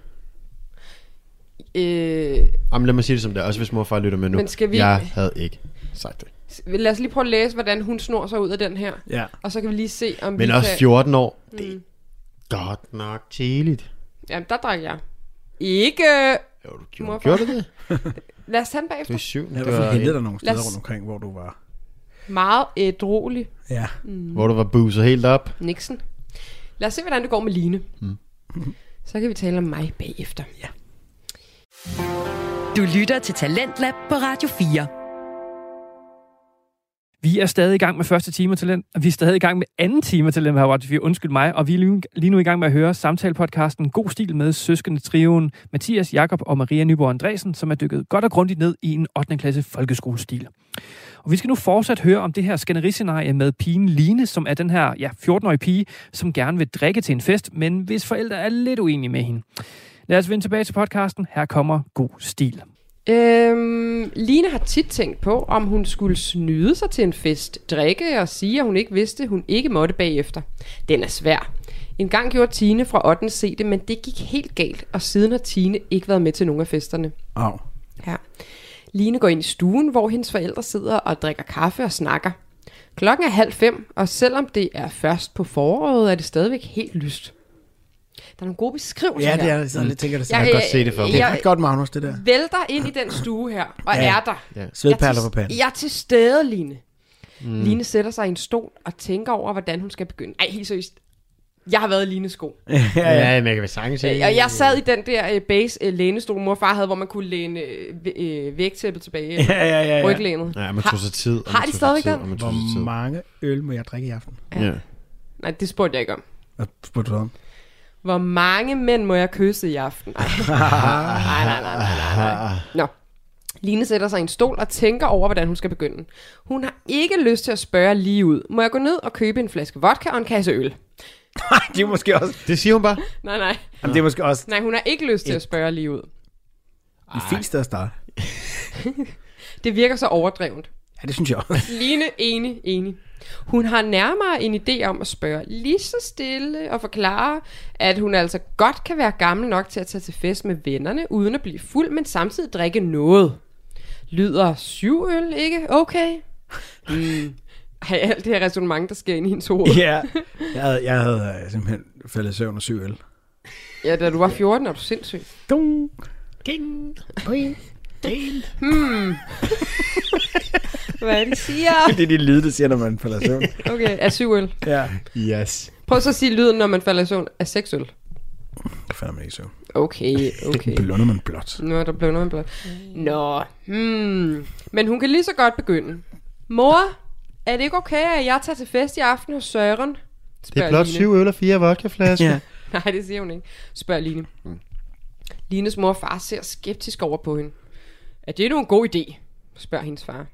Øh, Jamen, lad mig sige det som det er. Også hvis mor og far lytter med nu. Men skal vi- Jeg havde ikke sagt det. lad os lige prøve at læse, hvordan hun snor sig ud af den her. Ja. Og så kan vi lige se, om Men vi også kan... fjorten år. Det er godt nok tidligt. Jamen, der drak jeg. Ikke... Jo, du gjorde, Morfar. gjorde du det? Lad os tage den Du bagefter. er syv. Jeg Det har i hvert fald var hentet en, dig nogle Lad steder os- rundt omkring, hvor du var. Meget ædrolig. Ja. hvor du var booset helt op. Nixon. Lad os se, hvordan det går med Line. Mm. Så kan vi tale om mig bagefter. Ja. Du lytter til Talentlab på Radio fire. Vi er stadig i gang med første time af Talent, og vi er stadig i gang med anden time af Talent her, Radio fire. Undskyld mig, og vi er lige- lige nu i gang med at høre samtalepodcasten God Stil med søskende trioen Mathias, Jakob og Maria Nyborg Andresen, som er dykket godt og grundigt ned i en ottende klasse folkeskolestil. Og vi skal nu fortsat høre om det her skænderi-scenarie med pigen Line, som er den her ja, fjorten-årige pige, som gerne vil drikke til en fest, men hvis forældre er lidt uenige med hende. Lad os vende tilbage til podcasten. Her kommer God Stil. Øhm, Line har tit tænkt på, om hun skulle snyde sig til en fest, drikke og sige, at hun ikke vidste, hun ikke måtte bagefter. Den er svær. En gang gjorde Tine fra ottende C det, men det gik helt galt, og siden har Tine ikke været med til nogen af festerne. Au. Ja. Line går ind i stuen, hvor hendes forældre sidder og drikker kaffe og snakker. Klokken er halv fem, og selvom det er først på foråret, er det stadigvæk helt lyst. Der er nogle gode beskrivelser Ja, her. det er sådan lidt, tænker det Jeg, sådan. kan godt se det for mig. Det er jeg, ret godt, Magnus, det der. vælter ind i den stue her, og Ja. er der. Ja. Svedperler Jeg er på panden. til, jeg er til stede, Line. Mm. Line sætter sig i en stol og tænker over, hvordan hun skal begynde. Ej, helt seriøst. Jeg har været i Lines sko. Ja, ja. Ja, men jeg kan vel sagtens Øh, sige. Og jeg sad i den der øh, base øh, lænestol, mor og far havde, hvor man kunne læne øh, væ- øh, vægtæppet tilbage. Ja, ja, ja, ja. Ryglænet. Ja, man tog sig tid. og har man de tog sig stadigvæk tid, den? og man tog sig tid. Hvor mange øl må jeg drikke i aften? Ja. Nej, det spurgte jeg ikke om. Hvad spurgte du om? Hvor mange mænd må jeg kysse i aften? Ej. nej, nej, nej, nej, nej, nej. Nå. Line sætter sig i en stol og tænker over, hvordan hun skal begynde. Hun har ikke lyst til at spørge lige ud. Må jeg gå ned og købe en flaske vodka og en kasse øl? Nej, det er måske også... Det siger hun bare. Nej, nej. Jamen, det er måske også... Nej, hun har ikke lyst til at spørge lige ud. Det er fint sted at starte. Det virker så overdrevent. Ja, det synes jeg også. Line, enig, enig. Hun har nærmere en idé om at spørge lige så stille og forklare, at hun altså godt kan være gammel nok til at tage til fest med vennerne, uden at blive fuld, men samtidig drikke noget. Lyder syv øl ikke okay? Mm. Har alt det her resonemang, der sker ind i hendes hoved? Ja, jeg havde, jeg havde simpelthen faldet i søvn og syv øl. Ja, da du var fjorten, er du sindssyg. Dung. King. Hmm. Hvad er det, de siger? Det er de lyde, der siger, når man falder i søvn. Okay, af syv øl. Ja. Yes. Prøv så at sige lyden, når man falder i søvn af seks øl. Det falder man ikke i søvn. Okay, okay. Det blunder man blot. Nå, der blunder man blot. Nå, hmm. Men hun kan lige så godt begynde. Mor, er det ikke okay, at jeg tager til fest i aften hos Søren? Det er blot syv øl og fire vodkaflasker. Ja. Nej, det siger hun ikke. Spørger Line. Mm. Lines mor og far ser skeptisk over på hende. Er det nu en god idé? Spørger hendes far.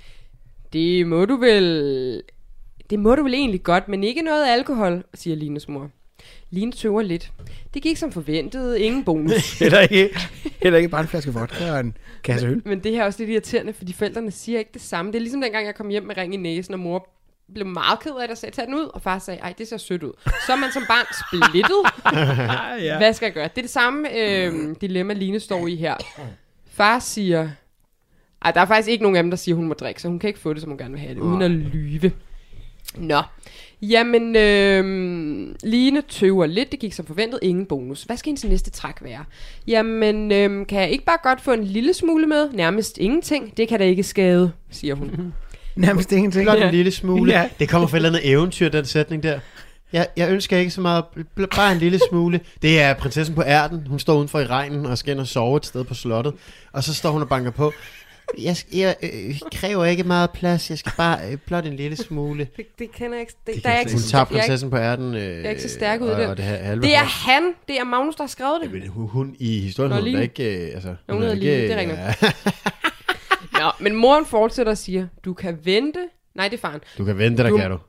Det må du vel... Det må du vel egentlig godt, men ikke noget alkohol, siger Lines mor. Line tøver lidt. Det gik som forventet. Ingen bonus. heller, ikke, heller ikke bare en flaske vodka og en kasse øl. Men det her er også lidt irriterende, fordi forældrene siger ikke det samme. Det er ligesom dengang, jeg kom hjem med ring i næsen, og mor blev meget ked af det og sagde, tag den ud. Og far sagde, ej, det ser sødt ud. Så er man som barn splittet. Ja. Hvad skal jeg gøre? Det er det samme øh, dilemma, Line står i her. Far siger... Ej, der er faktisk ikke nogen af dem, der siger, hun må drikke, så hun kan ikke få det, som hun gerne vil have det, uden at lyve. Nå. Jamen, øh, Line tøver lidt. Det gik som forventet. Ingen bonus. Hvad skal hendes næste træk være? Jamen, øh, kan jeg ikke bare godt få en lille smule med? Nærmest ingenting. Det kan da ikke skade, siger hun. Nærmest ingenting. Blot en lille smule. Ja. Det kommer fra et eller andet eventyr, den sætning der. Jeg, jeg ønsker ikke så meget, bare en lille smule. Det er prinsessen på ærten. Hun står udenfor i regnen og skal ind og sove et sted på slottet. Og så står hun og banker på. Jeg, jeg øh, kræver ikke meget plads. Jeg skal bare øh, blot en lille smule. Det, det kender jeg ikke. Det, Det der er kan ikke Hun så, tager jeg er ikke, prinsessen på ærten. Øh, jeg er ikke så stærk ud i og, det. og det, her halve det er hår. han. Det er Magnus, der har skrevet det. Jamen, hun, hun i historien, Nå, hun er Line. ikke... Øh, altså, Hun er hedder Line, det er rigtigt. Nå, men moren fortsætter og siger, du kan vente. Nej, det er faren. Du kan vente, der Du- kan du.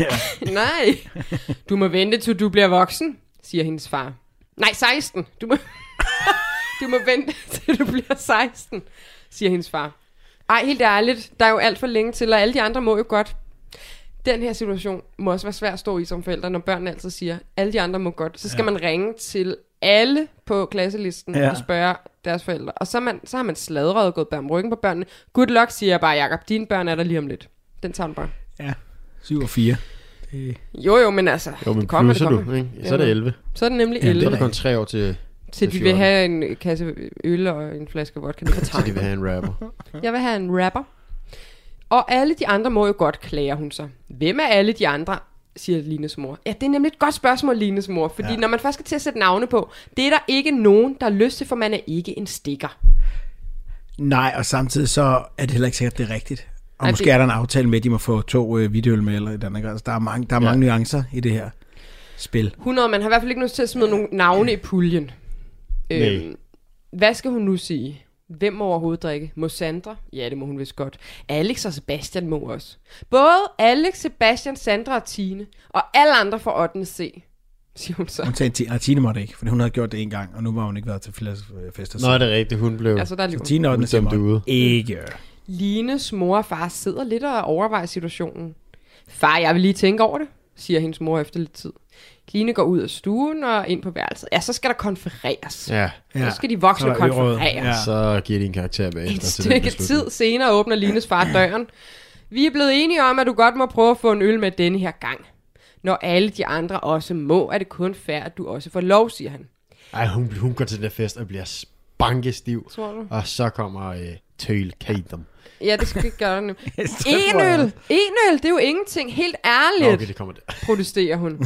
Nej, du må vente til du bliver voksen, siger hendes far. Nej, seksten. Du må, du må vente til du bliver seksten, siger hendes far. Ej, helt ærligt, der er jo alt for længe til, og alle de andre må jo godt. Den her situation må også være svær at stå i som forældre, når børnene altid siger, alle de andre må godt. Så skal ja. man ringe til alle på klasselisten ja. Ja. og spørge deres forældre. Og så, man, så har man sladret og gået bag om ryggen på børnene. Good luck, siger jeg bare, Jacob. Dine børn er der lige om lidt. Den tager du bare. Ja, syv og fire. Det... Jo, jo, men altså, Jo, men det kommer, det plusser kommer. du, ikke? Ja, så er det elleve. Så er det nemlig Ja, det er elleve. Så er der kun tre år til, Til de vil have en kasse øl og en flaske vodka ned på så de vil tanken. have en rapper. Jeg vil have en rapper. Og alle de andre må jo godt, klager hun så. Hvem er alle de andre, siger Lines mor. Ja, det er nemlig et godt spørgsmål, Lines mor. Fordi ja. når man først skal til at sætte navne på, det er der ikke nogen, der har lyst til, for man er ikke en stikker. Nej, og samtidig så er det heller ikke sikkert, det er rigtigt. Og Nej, måske det... er der en aftale med, at de må få to øh, videoøl med, eller et andet. Altså, der er mange, der er Ja. mange nuancer i det her spil. hundrede, man har i hvert fald ikke lyst til at smide nogle navne i puljen. Nej. Øhm, hvad skal hun nu sige? Hvem må overhovedet drikke? Må Sandra? Ja, det må hun vist godt. Alex og Sebastian må også. Både Alex, Sebastian, Sandra og Tine. Og alle andre får ottende C, siger hun så. Hun sagde, Tine, Tine måtte ikke, for hun havde gjort det en gang, og nu var hun ikke været til flere fester. Nå, er det rigtigt, hun blev Altså, der er lige Så Tine ottende C dømt ude. måtte ikke. Lines mor og far sidder lidt og overvejer situationen. Far, jeg vil lige tænke over det, siger hendes mor efter lidt tid. Line går ud af stuen og ind på værelset. Ja, så skal der konfereres. Ja, Ja. Så skal de voksne Så er det råd. konfereres. Ja. så giver de en karakter bagefter. Et til den stykke beslutning. tid senere åbner Lines far døren. Vi er blevet enige om, at du godt må prøve at få en øl med denne her gang. Når alle de andre også må, er det kun fair, at du også får lov, siger han. Ej, hun, hun går til den der fest og bliver spankestiv. Tror du? Og så kommer øh, Tøl Kadam. Ja, det skal vi ikke gøre nu. Så En tror jeg- øl! En øl, det er jo ingenting. Helt ærligt, Okay, det kommer der. protesterer hun.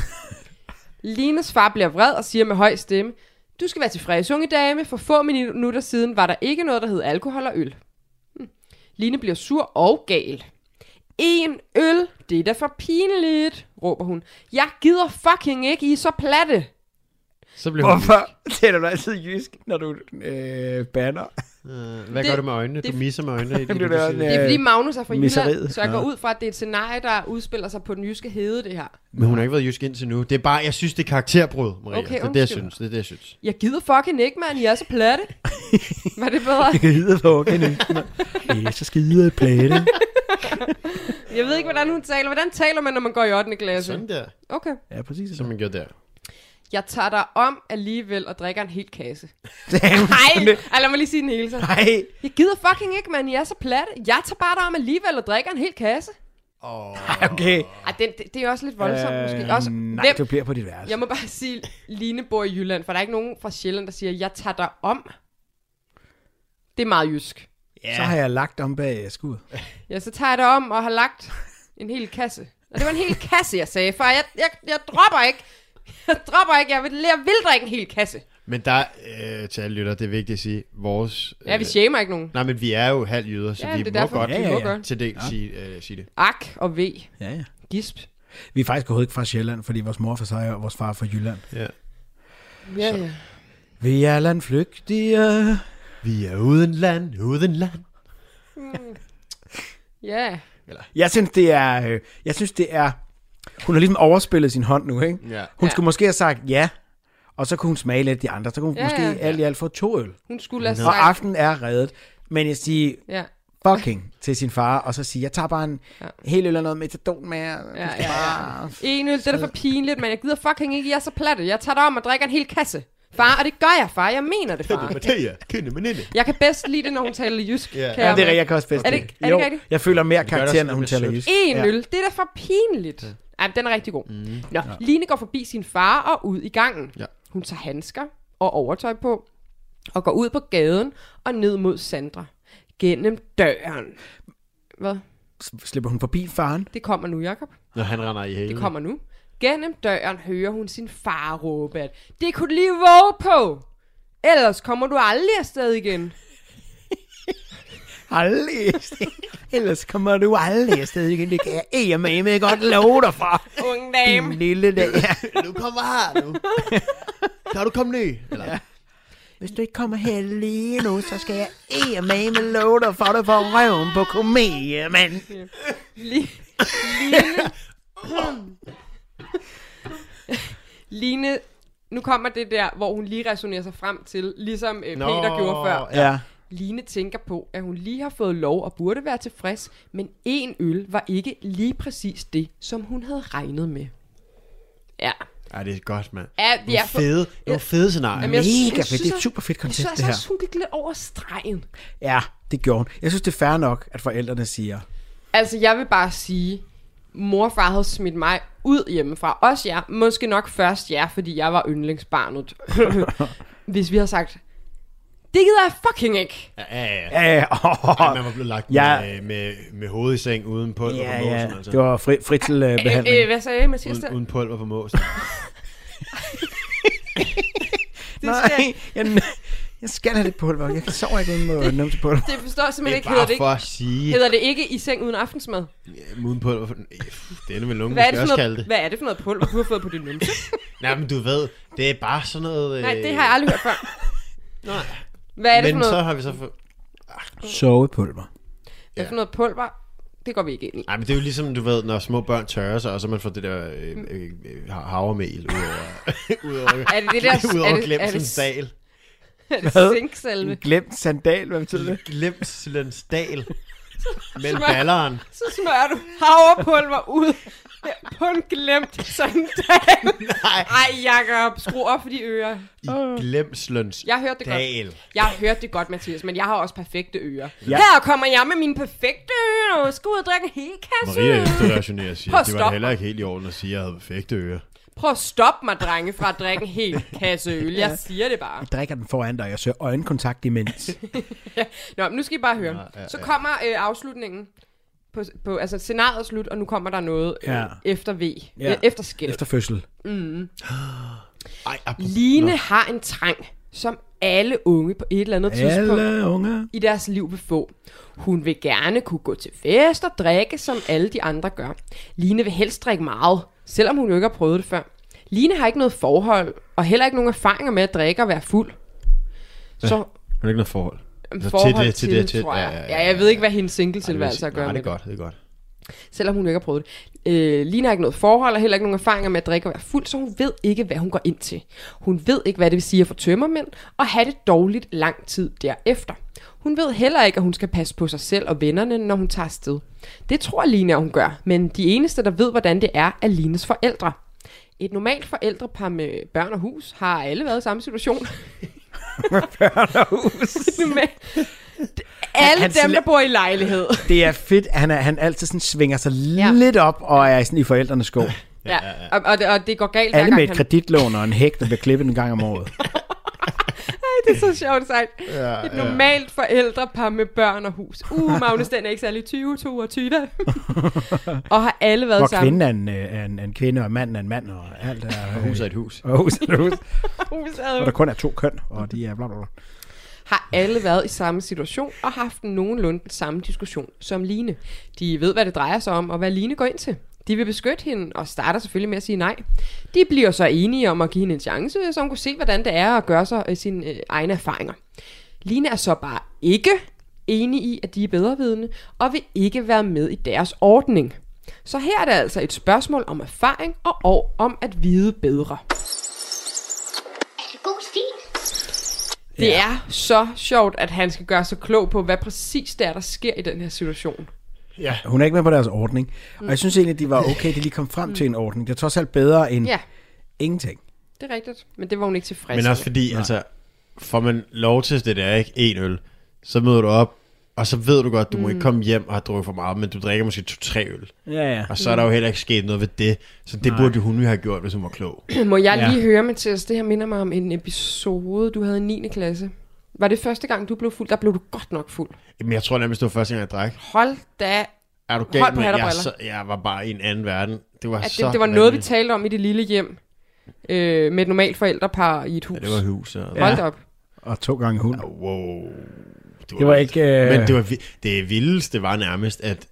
Lines far bliver vred og siger med høj stemme, du skal være tilfreds, unge dame. For få minutter siden var der ikke noget, der hed alkohol og øl. Hm. Line bliver sur og gal. En øl, det er da for pinligt, råber hun. Jeg gider fucking ikke, I er så platte. Så bliver hun Hvorfor taler du altid jysk, når du øh, banner? jysk. Uh, hvad Det- gør du med øjnene? det- Du misser med øjnene i det, Det du er der siger. en, Det er fordi Magnus er fra Misseriet. Jylland, så jeg går Nå. ud fra, at det er et scenarie, der udspiller sig på den jyske hede, det her. Men hun har ikke været jysk indtil nu. Det er bare, jeg synes, det er karakterbrud, Maria. Okay, det er det, jeg undskyld. synes. Det er det, jeg synes. Jeg gider fucking ikke, mand. I er så platte. Var det bedre? Jeg gider på, kan jeg er så skide plade. Jeg ved ikke, hvordan hun taler. Hvordan taler man, når man går i ottende klasse? Sådan der, Okay. Ja, præcis. som man gør der. Jeg tager dig om alligevel og drikker en hel kasse. Det er jo Nej, sådan lidt- ej, lad mig lige sige den hele så. Nej. Jeg gider fucking ikke, mand. I er så platte. Jeg tager bare dig om alligevel og drikker en hel kasse. Okay. Ej, den, det, det er også lidt voldsomt øh, måske. Også, nej, hvem, du bliver på dit værelse. jeg må bare sige, Line bor i Jylland, for der er ikke nogen fra Sjælland, der siger, jeg tager dig om. Det er meget jysk. Ja. Så har jeg lagt om bag skuret. Ja, så tager jeg dig om og har lagt en hel kasse. Og det var en hel kasse, jeg sagde, for jeg, jeg, jeg dropper ikke. Jeg dropper ikke. Jeg vil, jeg vil drikke en hel kasse. Men der, øh, til alle lytter, det er vigtigt at sige, vores... Ja, vi shamer ikke nogen. Nej, men vi er jo halv jyder, så Ja, vi det må er derfor, godt Ja, vi ja, må ja. godt. til det sige, øh, sige det. Ak og V. Ja, ja. Gisp. Vi er faktisk overhovedet ikke fra Sjælland, fordi vores mor er fra sig og vores far er fra Jylland. Ja. Ja, ja. Vi er landflygtige. Vi er uden land, uden land. Ja. Jeg synes, det er... Øh, jeg synes, det er... Hun har ligesom overspillet sin hånd nu, ikke? Ja. Hun Ja. skulle måske have sagt ja, og så kunne hun smage lidt af de andre. Så kunne hun Ja, måske ja. alt i alt få to øl. Hun skulle have Og sagt... aftenen er reddet. Men jeg siger Ja. fucking til sin far, og så sige, jeg tager bare en Ja. hel øl eller noget metadon med. Ja, Ja, ja, ja. En øl, det er da for pinligt, men jeg gider fucking ikke, I er så platte. Jeg tager dig om og drikker en hel kasse. Far, og det gør jeg, far. Jeg mener det, far. Mathia, kende med nene. Jeg kan bedst lide det, når hun taler jysk. Ja. kan Ja, jeg det er mærke. rigtigt, jeg kan også bedst Er det lide ikke- er det ikke Jo, rigtigt? jeg føler mere gør det karakter, også, når det hun bliver taler sødt. jysk. En Ja. øl, det er da for pinligt. Ej, men den er rigtig god. Mm. Nå, Line går forbi sin far og ud i gangen. Ja. Hun tager handsker og overtøj på og går ud på gaden og ned mod Sandra. Gennem døren. Hvad? Slipper hun forbi faren? Det kommer nu, Jacob. Når han render i hælen. Det kommer nu. Gennem døren hører hun sin far råbe, at det kunne du lige våge på. Ellers kommer du aldrig afsted igen. Aldrig. Ellers kommer du aldrig afsted igen. Det kan jeg eddermame godt love dig for. Unge dame. Din lille dag. Ja. Nu kommer her, nu. Kan du komme ny? Eller? Ja. Hvis du ikke kommer her lige nu, så skal jeg eddermame love dig for, at du får røven på komedie, mand. Line. Line. Line. Nu kommer det der, hvor hun lige resonerer sig frem til, ligesom øh, Nå, Peter gjorde før. Ja. Line tænker på, at hun lige har fået lov og burde være tilfreds, men en øl var ikke lige præcis det, som hun havde regnet med. Ja. Ja, det er godt, mand. Ja, vi er Nogle fede, nogle Ja. fede scenarier. Jamen, jeg Mega synes, fedt. Det er et at- super fedt Jeg koncept, synes det her. altså, hun gik lidt over stregen. Ja, det gjorde hun. Jeg synes, det er fair nok, at forældrene siger, Altså, jeg vil bare sige, mor og far havde smidt mig ud hjemmefra. Også jer. Måske nok først jer, fordi jeg var yndlingsbarnet. Hvis vi havde sagt, det gider jeg fucking ikke. Ja, ja, ja. ja, åh, Ej, man var blevet lagt Ja. med, med, med hovedet i seng uden pulver ja, på ja, måsen. Altså. det var fri, Øh, fritselbehandling. øh, hvad sagde Mathias der? Uden, uden pulver på måsen. Nej, jeg, jeg skal have lidt pulver. Jeg sover ikke uden med numse pulver. Det forstår jeg Det simpelthen er ikke. Hedder det bare ikke, for at sige, hedder det ikke i seng uden aftensmad? ja, uden pulver. For, det er vel nogen, Hvad er, vi det skal for også kalde noget, det. hvad er det for noget pulver, du har fået på din numse? Nej, men du ved, det er bare sådan noget... Øh... Nej, det har jeg aldrig hørt før. Nej. Hvad er det Men for så noget, har vi så... For... Sovepulver. hvad er det for noget pulver? Det går vi ikke ind i. Nej, men det er jo ligesom, du ved, når små børn tørrer sig, og så man får det der øh, øh, øh, havremel ud over... ud over, Er det det der... ud er over det, er glemselens det, dal. er det Hvad? zinksalve? Glemt sandal, hvad betyder det? Glemselens dal. Mellem Smør. balleren. Så smører du havrepulver ud på en glemt sandal. Nej. Ej, Jacob, skru op for de ører. I glemselens Jeg hørte det godt. dal. Jeg har hørt det godt, Mathias, men jeg har også perfekte ører. Ja. Her kommer jeg med mine perfekte ører, og skal ud og drikke en hel kasse. Maria efterrationerer og siger, Prøv at at det var da stoppe heller mig. ikke helt i orden at sige, at jeg havde perfekte ører. Prøv at stoppe mig, drenge, fra at drikke en hel kasse øl. Jeg siger det bare. Jeg drikker den foran dig, og jeg søger øjenkontakt imens. Nå, men nu skal I bare høre. Ja, ja, Så ja. kommer øh, afslutningen. På, på, altså, scenariet er slut, og nu kommer der noget øh, Ja. efter V. Ja. Øh, efter skæld. Efter fødsel. Ej, apropos- Line Nå. har en trang, som alle unge på et eller andet tidspunkt Alle unge. i deres liv vil få. Hun vil gerne kunne gå til fest og drikke, som alle de andre gør. Line vil helst drikke meget, selvom hun jo ikke har prøvet det før. Line har ikke noget forhold, og heller ikke nogen erfaringer med at drikke og være fuld. Så Hun har ikke noget forhold. Så forhold til det, til det, til, tror jeg. ja, ja, ja, Ja, jeg ved ikke, hvad hendes Ej, single-tilværelse har at gøre nej, med det er godt, det er godt. Selvom hun ikke har prøvet det. Øh, Line har ikke noget forhold, og heller ikke nogen erfaringer med at drikke og være fuld, så hun ved ikke, hvad hun går ind til. Hun ved ikke, hvad det vil sige at få tømmermænd, og have det dårligt lang tid derefter. Hun ved heller ikke, at hun skal passe på sig selv og vennerne, når hun tager afsted. Det tror Line, at hun gør, men de eneste, der ved, hvordan det er, er Lines forældre. Et normalt forældrepar med børn og hus har alle været i samme situation. Med børn og hus. Alle Han- dem, han der bor i lejlighed. Det er fedt, han, er, han altid sådan svinger sig Ja. lidt op og er sådan i forældrenes sko. Ja, og, og, det, og det går galt hver Alle gang med et han... kreditlån og en hæk, der bliver klippet en gang om året. Det er så sjovt sagt. Ja, Et normalt forældrepar med børn og hus. Uh, Magnus, den er ikke særlig tyve toogtyve. Og har alle været Hvor sammen. kvinden er en, øh, er, en, er en kvinde, og manden er en mand, og alt er... Og hus er et hus. Og hus er et hus. Huset Og der kun er to køn, og de er bla bla bla. har alle været i samme situation og haft nogenlunde den samme diskussion som Line. De ved, hvad det drejer sig om, og hvad Line går ind til. De vil beskytte hende, og starter selvfølgelig med at sige nej. De bliver så enige om at give hende en chance, så hun kunne se, hvordan det er at gøre sig øh, sine øh, egne erfaringer. Line er så bare ikke enig i, at de er bedrevidende, og vil ikke være med i deres ordning. Så her er det altså et spørgsmål om erfaring og, og om at vide bedre. Er det god stil? Det er så sjovt, at han skal gøre sig klog på, hvad præcis det er, der sker i den her situation. Ja. Hun er ikke med på deres ordning. Og jeg synes egentlig, at de var okay, de lige kom frem til en ordning. Det er trods alt bedre end Ja, ingenting. det er rigtigt. Men det var hun ikke tilfreds Men også med. fordi, altså, får man lov til det der, ikke? En øl, så møder du op, og så ved du godt, du må ikke komme hjem og have drukket for meget, men du drikker måske to-tre øl. Ja, ja. Og så er der jo heller ikke sket noget ved det. Så det Nej. burde hun jo have gjort, hvis hun var klog. Må jeg Ja. lige høre, Mathias, det her minder mig om en episode, du havde i niende klasse. Var det første gang, du blev fuld? Der blev du godt nok fuld. Men jeg tror nærmest, det var første gang, jeg drak. Hold da. Er du Hold galt på med? hat og Jeg, briller. så, jeg var bare i en anden verden. Det var At så det, det var noget, vi vanvittigt. talte om i det lille hjem. Øh, med et normalt forældrepar i et hus. Ja, det var hus. Og... Hold da op. Og to gange hund. Ja, wow. Det var ikke... Øh... Men det, var, vi- det vildeste var nærmest, at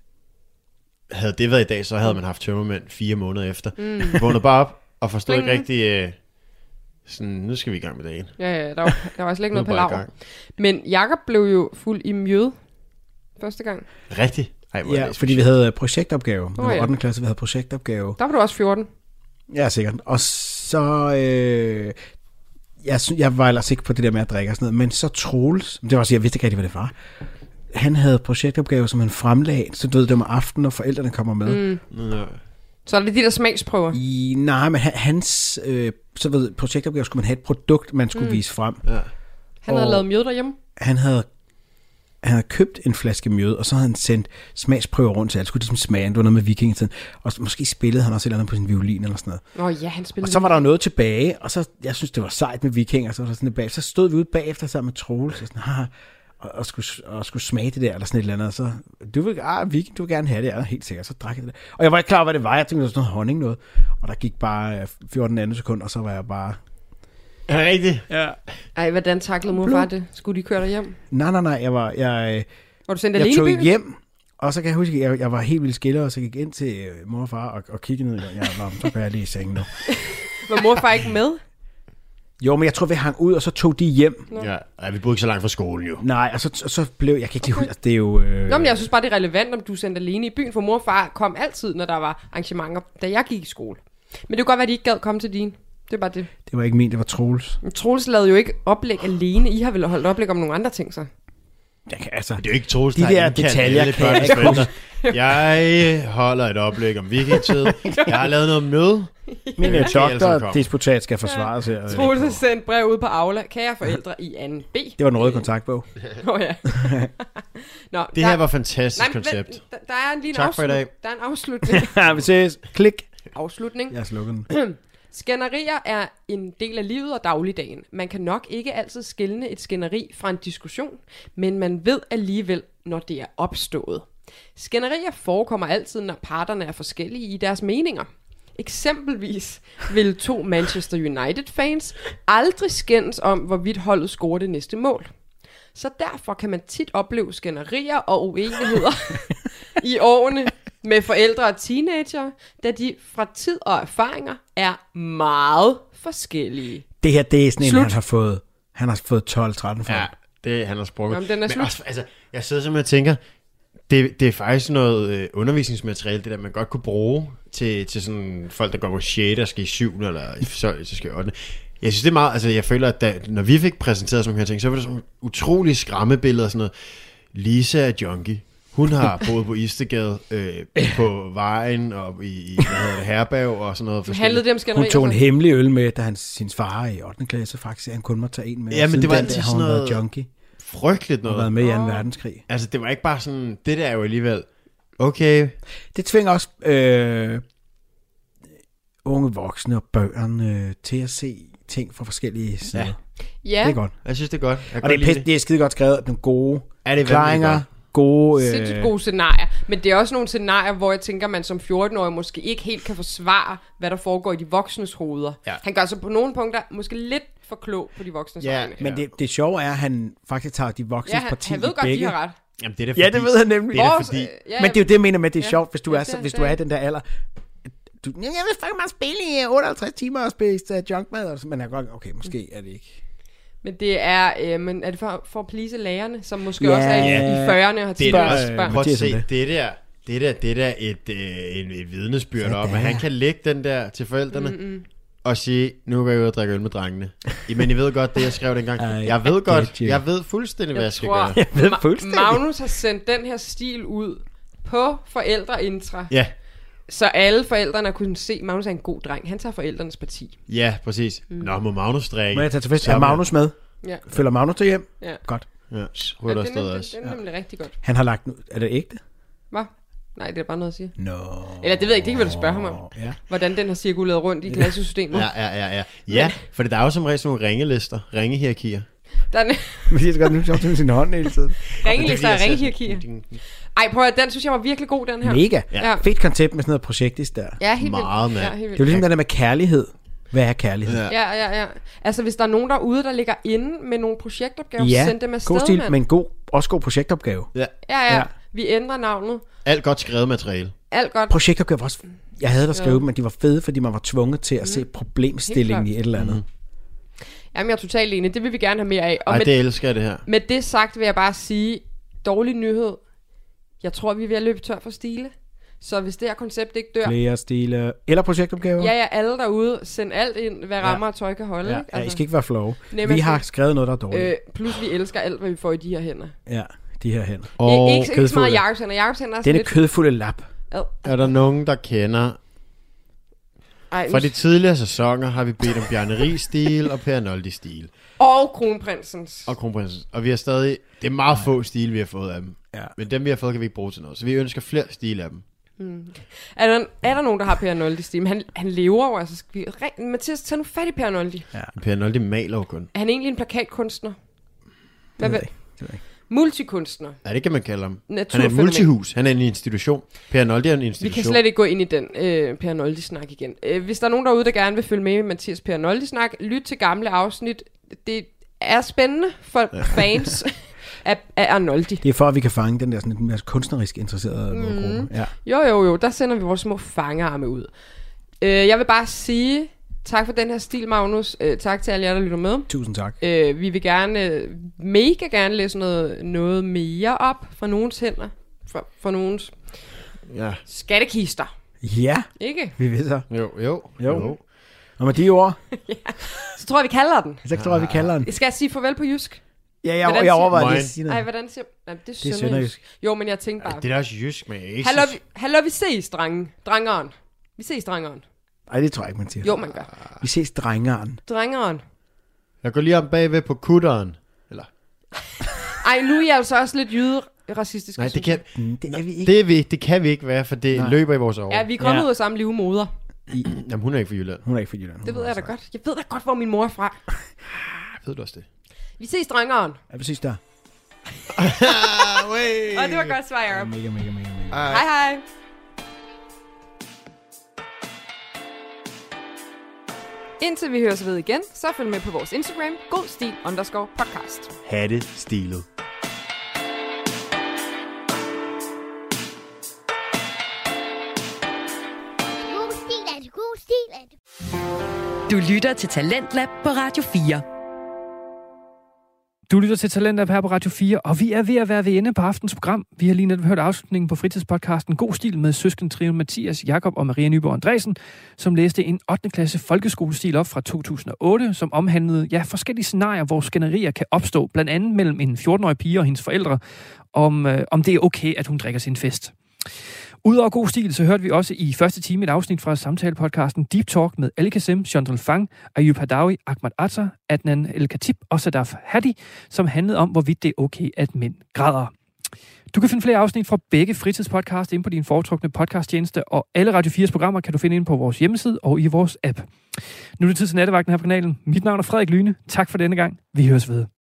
havde det været i dag, så havde man haft tømmermænd fire måneder efter. Mm. Vågnede bare op og forstod ikke Bling. rigtig, øh, sådan, nu skal vi i gang med dagen. Ja, ja, der var, der var slet ikke Nu er noget bare i palaver. gang. Men Jakob blev jo fuld i mjød første gang. Rigtigt? Ej, hvor er Ja, det fordi vi havde projektopgave. Det Åh, var ja. ottende klasse, vi havde projektopgave. Der var du også fjorten. Ja, sikkert. Og så... Øh... Jeg, sy- jeg var ellers ikke på det der med at drikke og sådan noget, men så Troels, det var også, jeg vidste ikke rigtig, hvad det var. Han havde projektopgave, som han fremlagde, så du ved, det var om aftenen, når forældrene kommer med. Mm. Nå, Så er det de der smagsprøver. I, nej, men han, hans øh, så ved, projektopgave skulle man have et produkt, man skulle mm. vise frem. ja. Han havde Og- lavet mjød derhjemme. Han havde, han havde købt en flaske mjød, og så havde han sendt smagsprøver rundt til alle. Skulle ligesom smage, det var noget med vikingetiden. Og så, måske spillede han også et eller andet på sin violin eller sådan noget. Åh ja, han spillede. Og så var der jo noget tilbage, og så, jeg synes, det var sejt med vikinger, så var der sådan bag. Så stod vi ude bagefter sammen med Troels, og, sådan, haha, og, og, skulle, og skulle smage det der, eller sådan et eller andet, og så, du vil, ah, viking, du vil gerne have det, ja, helt sikkert, så drak jeg det der. Og jeg var ikke klar over, hvad det var, jeg tænkte, det var sådan noget honning noget, og der gik bare øh, fjorten anden sekunder, og så var jeg bare, Er det rigtigt? ja. Ej, hvordan taklede mor og far det? Skulle de køre dig hjem? nej, nej, nej, jeg var, jeg, øh, Var du sendt jeg alene i tog byen? hjem, og så kan jeg huske, at jeg, jeg var helt vildt skiller, og så gik ind til øh, mor og far, og, og kiggede ned, og jeg, nå, så kan jeg lige i sengen nu. Var mor og far ikke med? Jo, men jeg tror, vi hang ud, og så tog de hjem. Ja, ja, vi boede ikke så langt fra skolen jo. Nej, og så, og så blev, jeg kan ikke lige huske, altså, det er jo... Øh, Nå, men jeg synes bare, det er relevant, om du er sendt alene i byen, for mor og far kom altid, når der var arrangementer, da jeg gik i skole. Men det kunne godt være, at de ikke gad komme til din. Det er bare det. Det var ikke min, det var Troels. Men Troels lavede jo ikke oplæg alene. I har vel holdt oplæg om nogle andre ting, så. Jeg kan, altså, Det er jo ikke Troels, De har der indkaldt detaljer alle kan jeg børnenes ikke forældre. Jeg holder et oplæg om vikingtid. Jeg har lavet noget møde. min Ja, øh, de skal alle sammen komme. doktordisputat skal forsvares her. øh, Troels har på- sendt brev ud på Aula. Kære forældre i anden B. Det var den røde kontaktbog. Åh oh, ja. Nå, Det her var et fantastisk Nej, men koncept. vent, der, der er lige en Tak for i dag. afslut- Der er en afslutning. Ja, vi ses. Klik. afslutning. Jeg slukker den. Skænderier er en del af livet og dagligdagen. Man kan nok ikke altid skelne et skænderi fra en diskussion, men man ved alligevel, når det er opstået. Skænderier forekommer altid, når parterne er forskellige i deres meninger. Eksempelvis vil to Manchester United-fans aldrig skændes om, hvorvidt holdet scorer det næste mål. Så derfor kan man tit opleve skænderier og uenigheder i årene med forældre og teenager, da de fra tid og erfaringer er meget forskellige. Det her, det er sådan en, Slut. han har fået, han har fået tolv tretten for. Ja, det han har sprunget. Jamen, den er slut. også, altså, jeg sidder simpelthen og tænker, det, det er faktisk noget øh, undervisningsmateriale, det der man godt kunne bruge til, til sådan folk, der går på sjette og skal i syvende eller så, så skal i ottende. Jeg synes, det er meget, altså jeg føler, at da, når vi fik præsenteret sådan nogle her ting, så var det sådan utrolige skræmmebilleder og sådan noget. Lisa er junkie. Hun har boet på Istegade, øh, på vejen og i, i hvad hedder det, herberg og sådan noget. Handlede det om skænderi? Hun tog en hemmelig øl med, da hans, sin far i ottende klasse faktisk, han kun må tage en med. Ja, men Siden det var den altid der har sådan hun været noget- junkie. Frygteligt Hun har noget. været med i anden verdenskrig. Altså, det var ikke bare sådan, det der er jo alligevel, okay, Det tvinger også øh, unge voksne og børn øh, til at se ting fra forskellige sider. Ja. Ja, Det er godt. jeg synes, det er godt. Jeg kan Og det godt er, lide pisse, det er skide godt skrevet, nogle gode Er det forklaringer, vanvittigt gode... Øh, sindssygt gode scenarier. Men det er også nogle scenarier, hvor jeg tænker, man som fjorten-årig måske ikke helt kan forsvare, hvad der foregår i de voksnes hoveder. Ja. Han gør så på nogle punkter måske lidt for klog på de voksnes Ja. øjne. Men det, det sjove er, at han faktisk tager de voksnes Ja, han, parti han ved i godt, begge. de har ret. Jamen, det er da Ja, fordi, det ved han nemlig. Det er da Vores, fordi, øh, ja, Men det er jo det, jeg mener med, det er Ja. sjovt, hvis du, Ja, er, det så, er- hvis det du er- er i den der alder. Du, jeg vil fucking meget spille i otteoghalvtreds timer og spise uh, junkmad. og så- Men jeg godt, okay, måske er det ikke. Men det er, øh, men er det for, for at please lærerne, som måske Ja. også er i, i fyrrerne og har det er tidligere da Spørg, også, øh, børn. prøv at Mathias om se, det. det der, det der, det der et, øh, en, et vidnesbyrd Sådan om, der. at han kan lægge den der til forældrene, mm-hmm. og sige, nu går jeg ud og drikke øl med drengene. Men I ved godt, det jeg skrev dengang. Ej, Jeg ved det godt, er jeg ved fuldstændig, hvad jeg Jeg skal tror, gøre. Jeg ved Ma- fuldstændig. Magnus har sendt den her stil ud på forældreintra, Ja, så alle forældrene kunne se, at Magnus er en god dreng. Han tager forældrenes parti. ja, præcis. Nå, må Magnus drikke. Må jeg tage til fest? Så Er Magnus med? Ja. Følger Magnus til hjem? Ja. Godt. Ja, Ja, rytter det, er afsted nemlig, også. det er nemlig rigtig godt. Han har lagt... Er det ægte? Hvad? Nej, det er bare noget at sige. Nå. Eller det ved jeg ikke, det kan vi da spørge ham om. Ja. Hvordan den har cirkuleret rundt i klassesystemet. Ja, ja, ja, ja. Ja, for der er jo som regel sådan nogle ringelister, ringehierarkier. Der er en Men jeg skal godt nu sjovt til sin hånd hele tiden. ringelister og ringehierarkier. Ej, prøv at den synes jeg var virkelig god, den her. Mega. Ja. Fedt koncept med sådan noget projektis der. Ja, helt vildt. Meget, mand. Ja, helt Det er jo vildt. ligesom den der med kærlighed. Hvad er kærlighed? Ja. Ja, ja, ja. Altså, hvis der er nogen derude, der ligger inde med nogle projektopgaver, Ja, send dem god afsted, stil, mand. men god, også god projektopgave. Ja, Ja, ja, Ja. vi ændrer navnet. alt godt skrevet materiale. Alt godt. Projektopgave var også... Jeg havde der skrevet Ja. dem, men de var fede, fordi man var tvunget til at se problemstillingen Helt i et eller andet. Jamen, jeg er totalt enig. Det vil vi gerne have mere af. Og Ej, med, det elsker jeg, det her. med det sagt vil jeg bare sige, dårlig nyhed. Jeg tror, vi er ved at løbe tør for stile. Så hvis det her koncept ikke dør, Flere stile. Eller projektopgaver. ja, ja, alle derude, send alt ind, hvad rammer og tøj kan holde. Ja, ikke? ja, I skal ikke være flove. Nej, Vi men har så- skrevet noget, der er dårligt. øh, plus vi elsker alt, hvad vi får i de her hænder. Ja, de her hænder. Og Og ikke, ikke så meget kødfulde. Jacobs hænder. Jacobs hænder er sådan Denne lidt... kødfulde lap. Ad. er der nogen, der kender... Ej, Fra nu- de tidligere sæsoner har vi bedt om Bjarne Ries-stil og Per Noldi-stil. Og kronprinsens. Og Kronprinsen. Og vi har stadig... Det er meget få stile, vi har fået af dem. Ja. Men dem, vi har fået, kan vi ikke bruge til noget. Så vi ønsker flere stile af dem. Er der, er der nogen, der har Per Noldi-stil? Han, han lever jo, altså. Skal vi, ring, Mathias, tag nu fat i Per Noldi. Per Noldi maler jo kun. Er han egentlig en plakatkunstner? Hvad Det ved ved? jeg ikke. Det ved jeg ikke. Multikunstner. Ja, det kan man kalde ham. Han er Naturfænomen. en multihus. Han er en institution. Per Noldi er en Vi institution. kan slet ikke gå ind i den øh, Per Noldi-snak igen. Øh, hvis der er nogen derude, der gerne vil følge med i Mathias Per Noldi-snak, lyt til gamle afsnit. Det er spændende for fans af, af Arnoldi. Det er for, at vi kan fange den der sådan lidt mere kunstnerisk interesserede mm. gruppe. Ja. Jo, jo, jo. Der sender vi vores små fangearme ud. Øh, jeg vil bare sige tak for den her stil, Magnus. Øh, tak til alle jer, der lytter med. Tusind tak. Øh, vi vil gerne, øh, mega gerne læse noget, noget mere op fra nogens hænder. Fra, fra nogens Ja. skattekister. Ja, Ikke? vi ved så. Jo, jo. Jo. Og med de ord, Så tror jeg, vi kalder den. så tror jeg, vi kalder den. Skal jeg sige farvel på jysk? Ja, jeg, Hvordan jeg siger- overvejer lige at Moin. sige Nej, noget. hvordan siger Nej, det er Det er sønderjysk. sønderjysk. Jo, men jeg tænkte bare. Det er da også jysk, men jeg er ikke Hallo, så... vi, hallo, vi ses, drenge. Drengeren. Vi ses, drengeren. Nej, det tror jeg ikke, man siger. Jo, man gør. Vi ses drengeren. Drengeren. Jeg går lige om bagved på kutteren. Eller... Ej, nu er I altså også lidt jyde-racistiske. Nej, det synes kan... jeg. Mm, det er vi ikke. Det, er vi, det kan vi ikke være, for det Nej. løber i vores år. Ja, vi er kommet Ja. ud af samme livmoder. Jamen, hun er ikke fra Jylland. Hun er ikke fra Jylland. Det ved jeg da godt. Jeg ved da godt, hvor min mor er fra. Ved du også det? Vi ses, drengeren. Ja, præcis der. Og det var godt svar, Jacob. Mega, mega, mega, mega. Hej, hej. Indtil vi høres ved igen, så følg med på vores Instagram, godstil underscore podcast. Hatte stilet. stil er det. Du lytter til Talentlab på Radio fire. Du lytter til Talentlab her på Radio fire, og vi er ved at være ved ende på aftens program. Vi har lige netop hørt afslutningen på fritidspodcasten God Stil med søsken Trine Mathias, Jakob og Maria Nyborg Andresen, som læste en ottende klasse folkeskolestil op fra to tusind og otte, som omhandlede ja, forskellige scenarier, hvor skænderier kan opstå, blandt andet mellem en fjorten-årig pige og hendes forældre, om, øh, om det er okay, at hun drikker sin fest. Udover God Stil, så hørte vi også i første time et afsnit fra samtalepodcasten Deep Talk med Ali Kazem, Chandral Fang, Ayub Hadawi, Ahmad Attar, Adnan El-Khatib og Sadaf Hadi, som handlede om, hvorvidt det er okay, at mænd græder. Du kan finde flere afsnit fra begge fritidspodcast inde på din foretrukne podcasttjeneste, og alle Radio fires programmer kan du finde inde på vores hjemmeside og i vores app. Nu er det tid til nattevagten her på kanalen. Mit navn er Frederik Lyne. Tak for denne gang. Vi høres ved.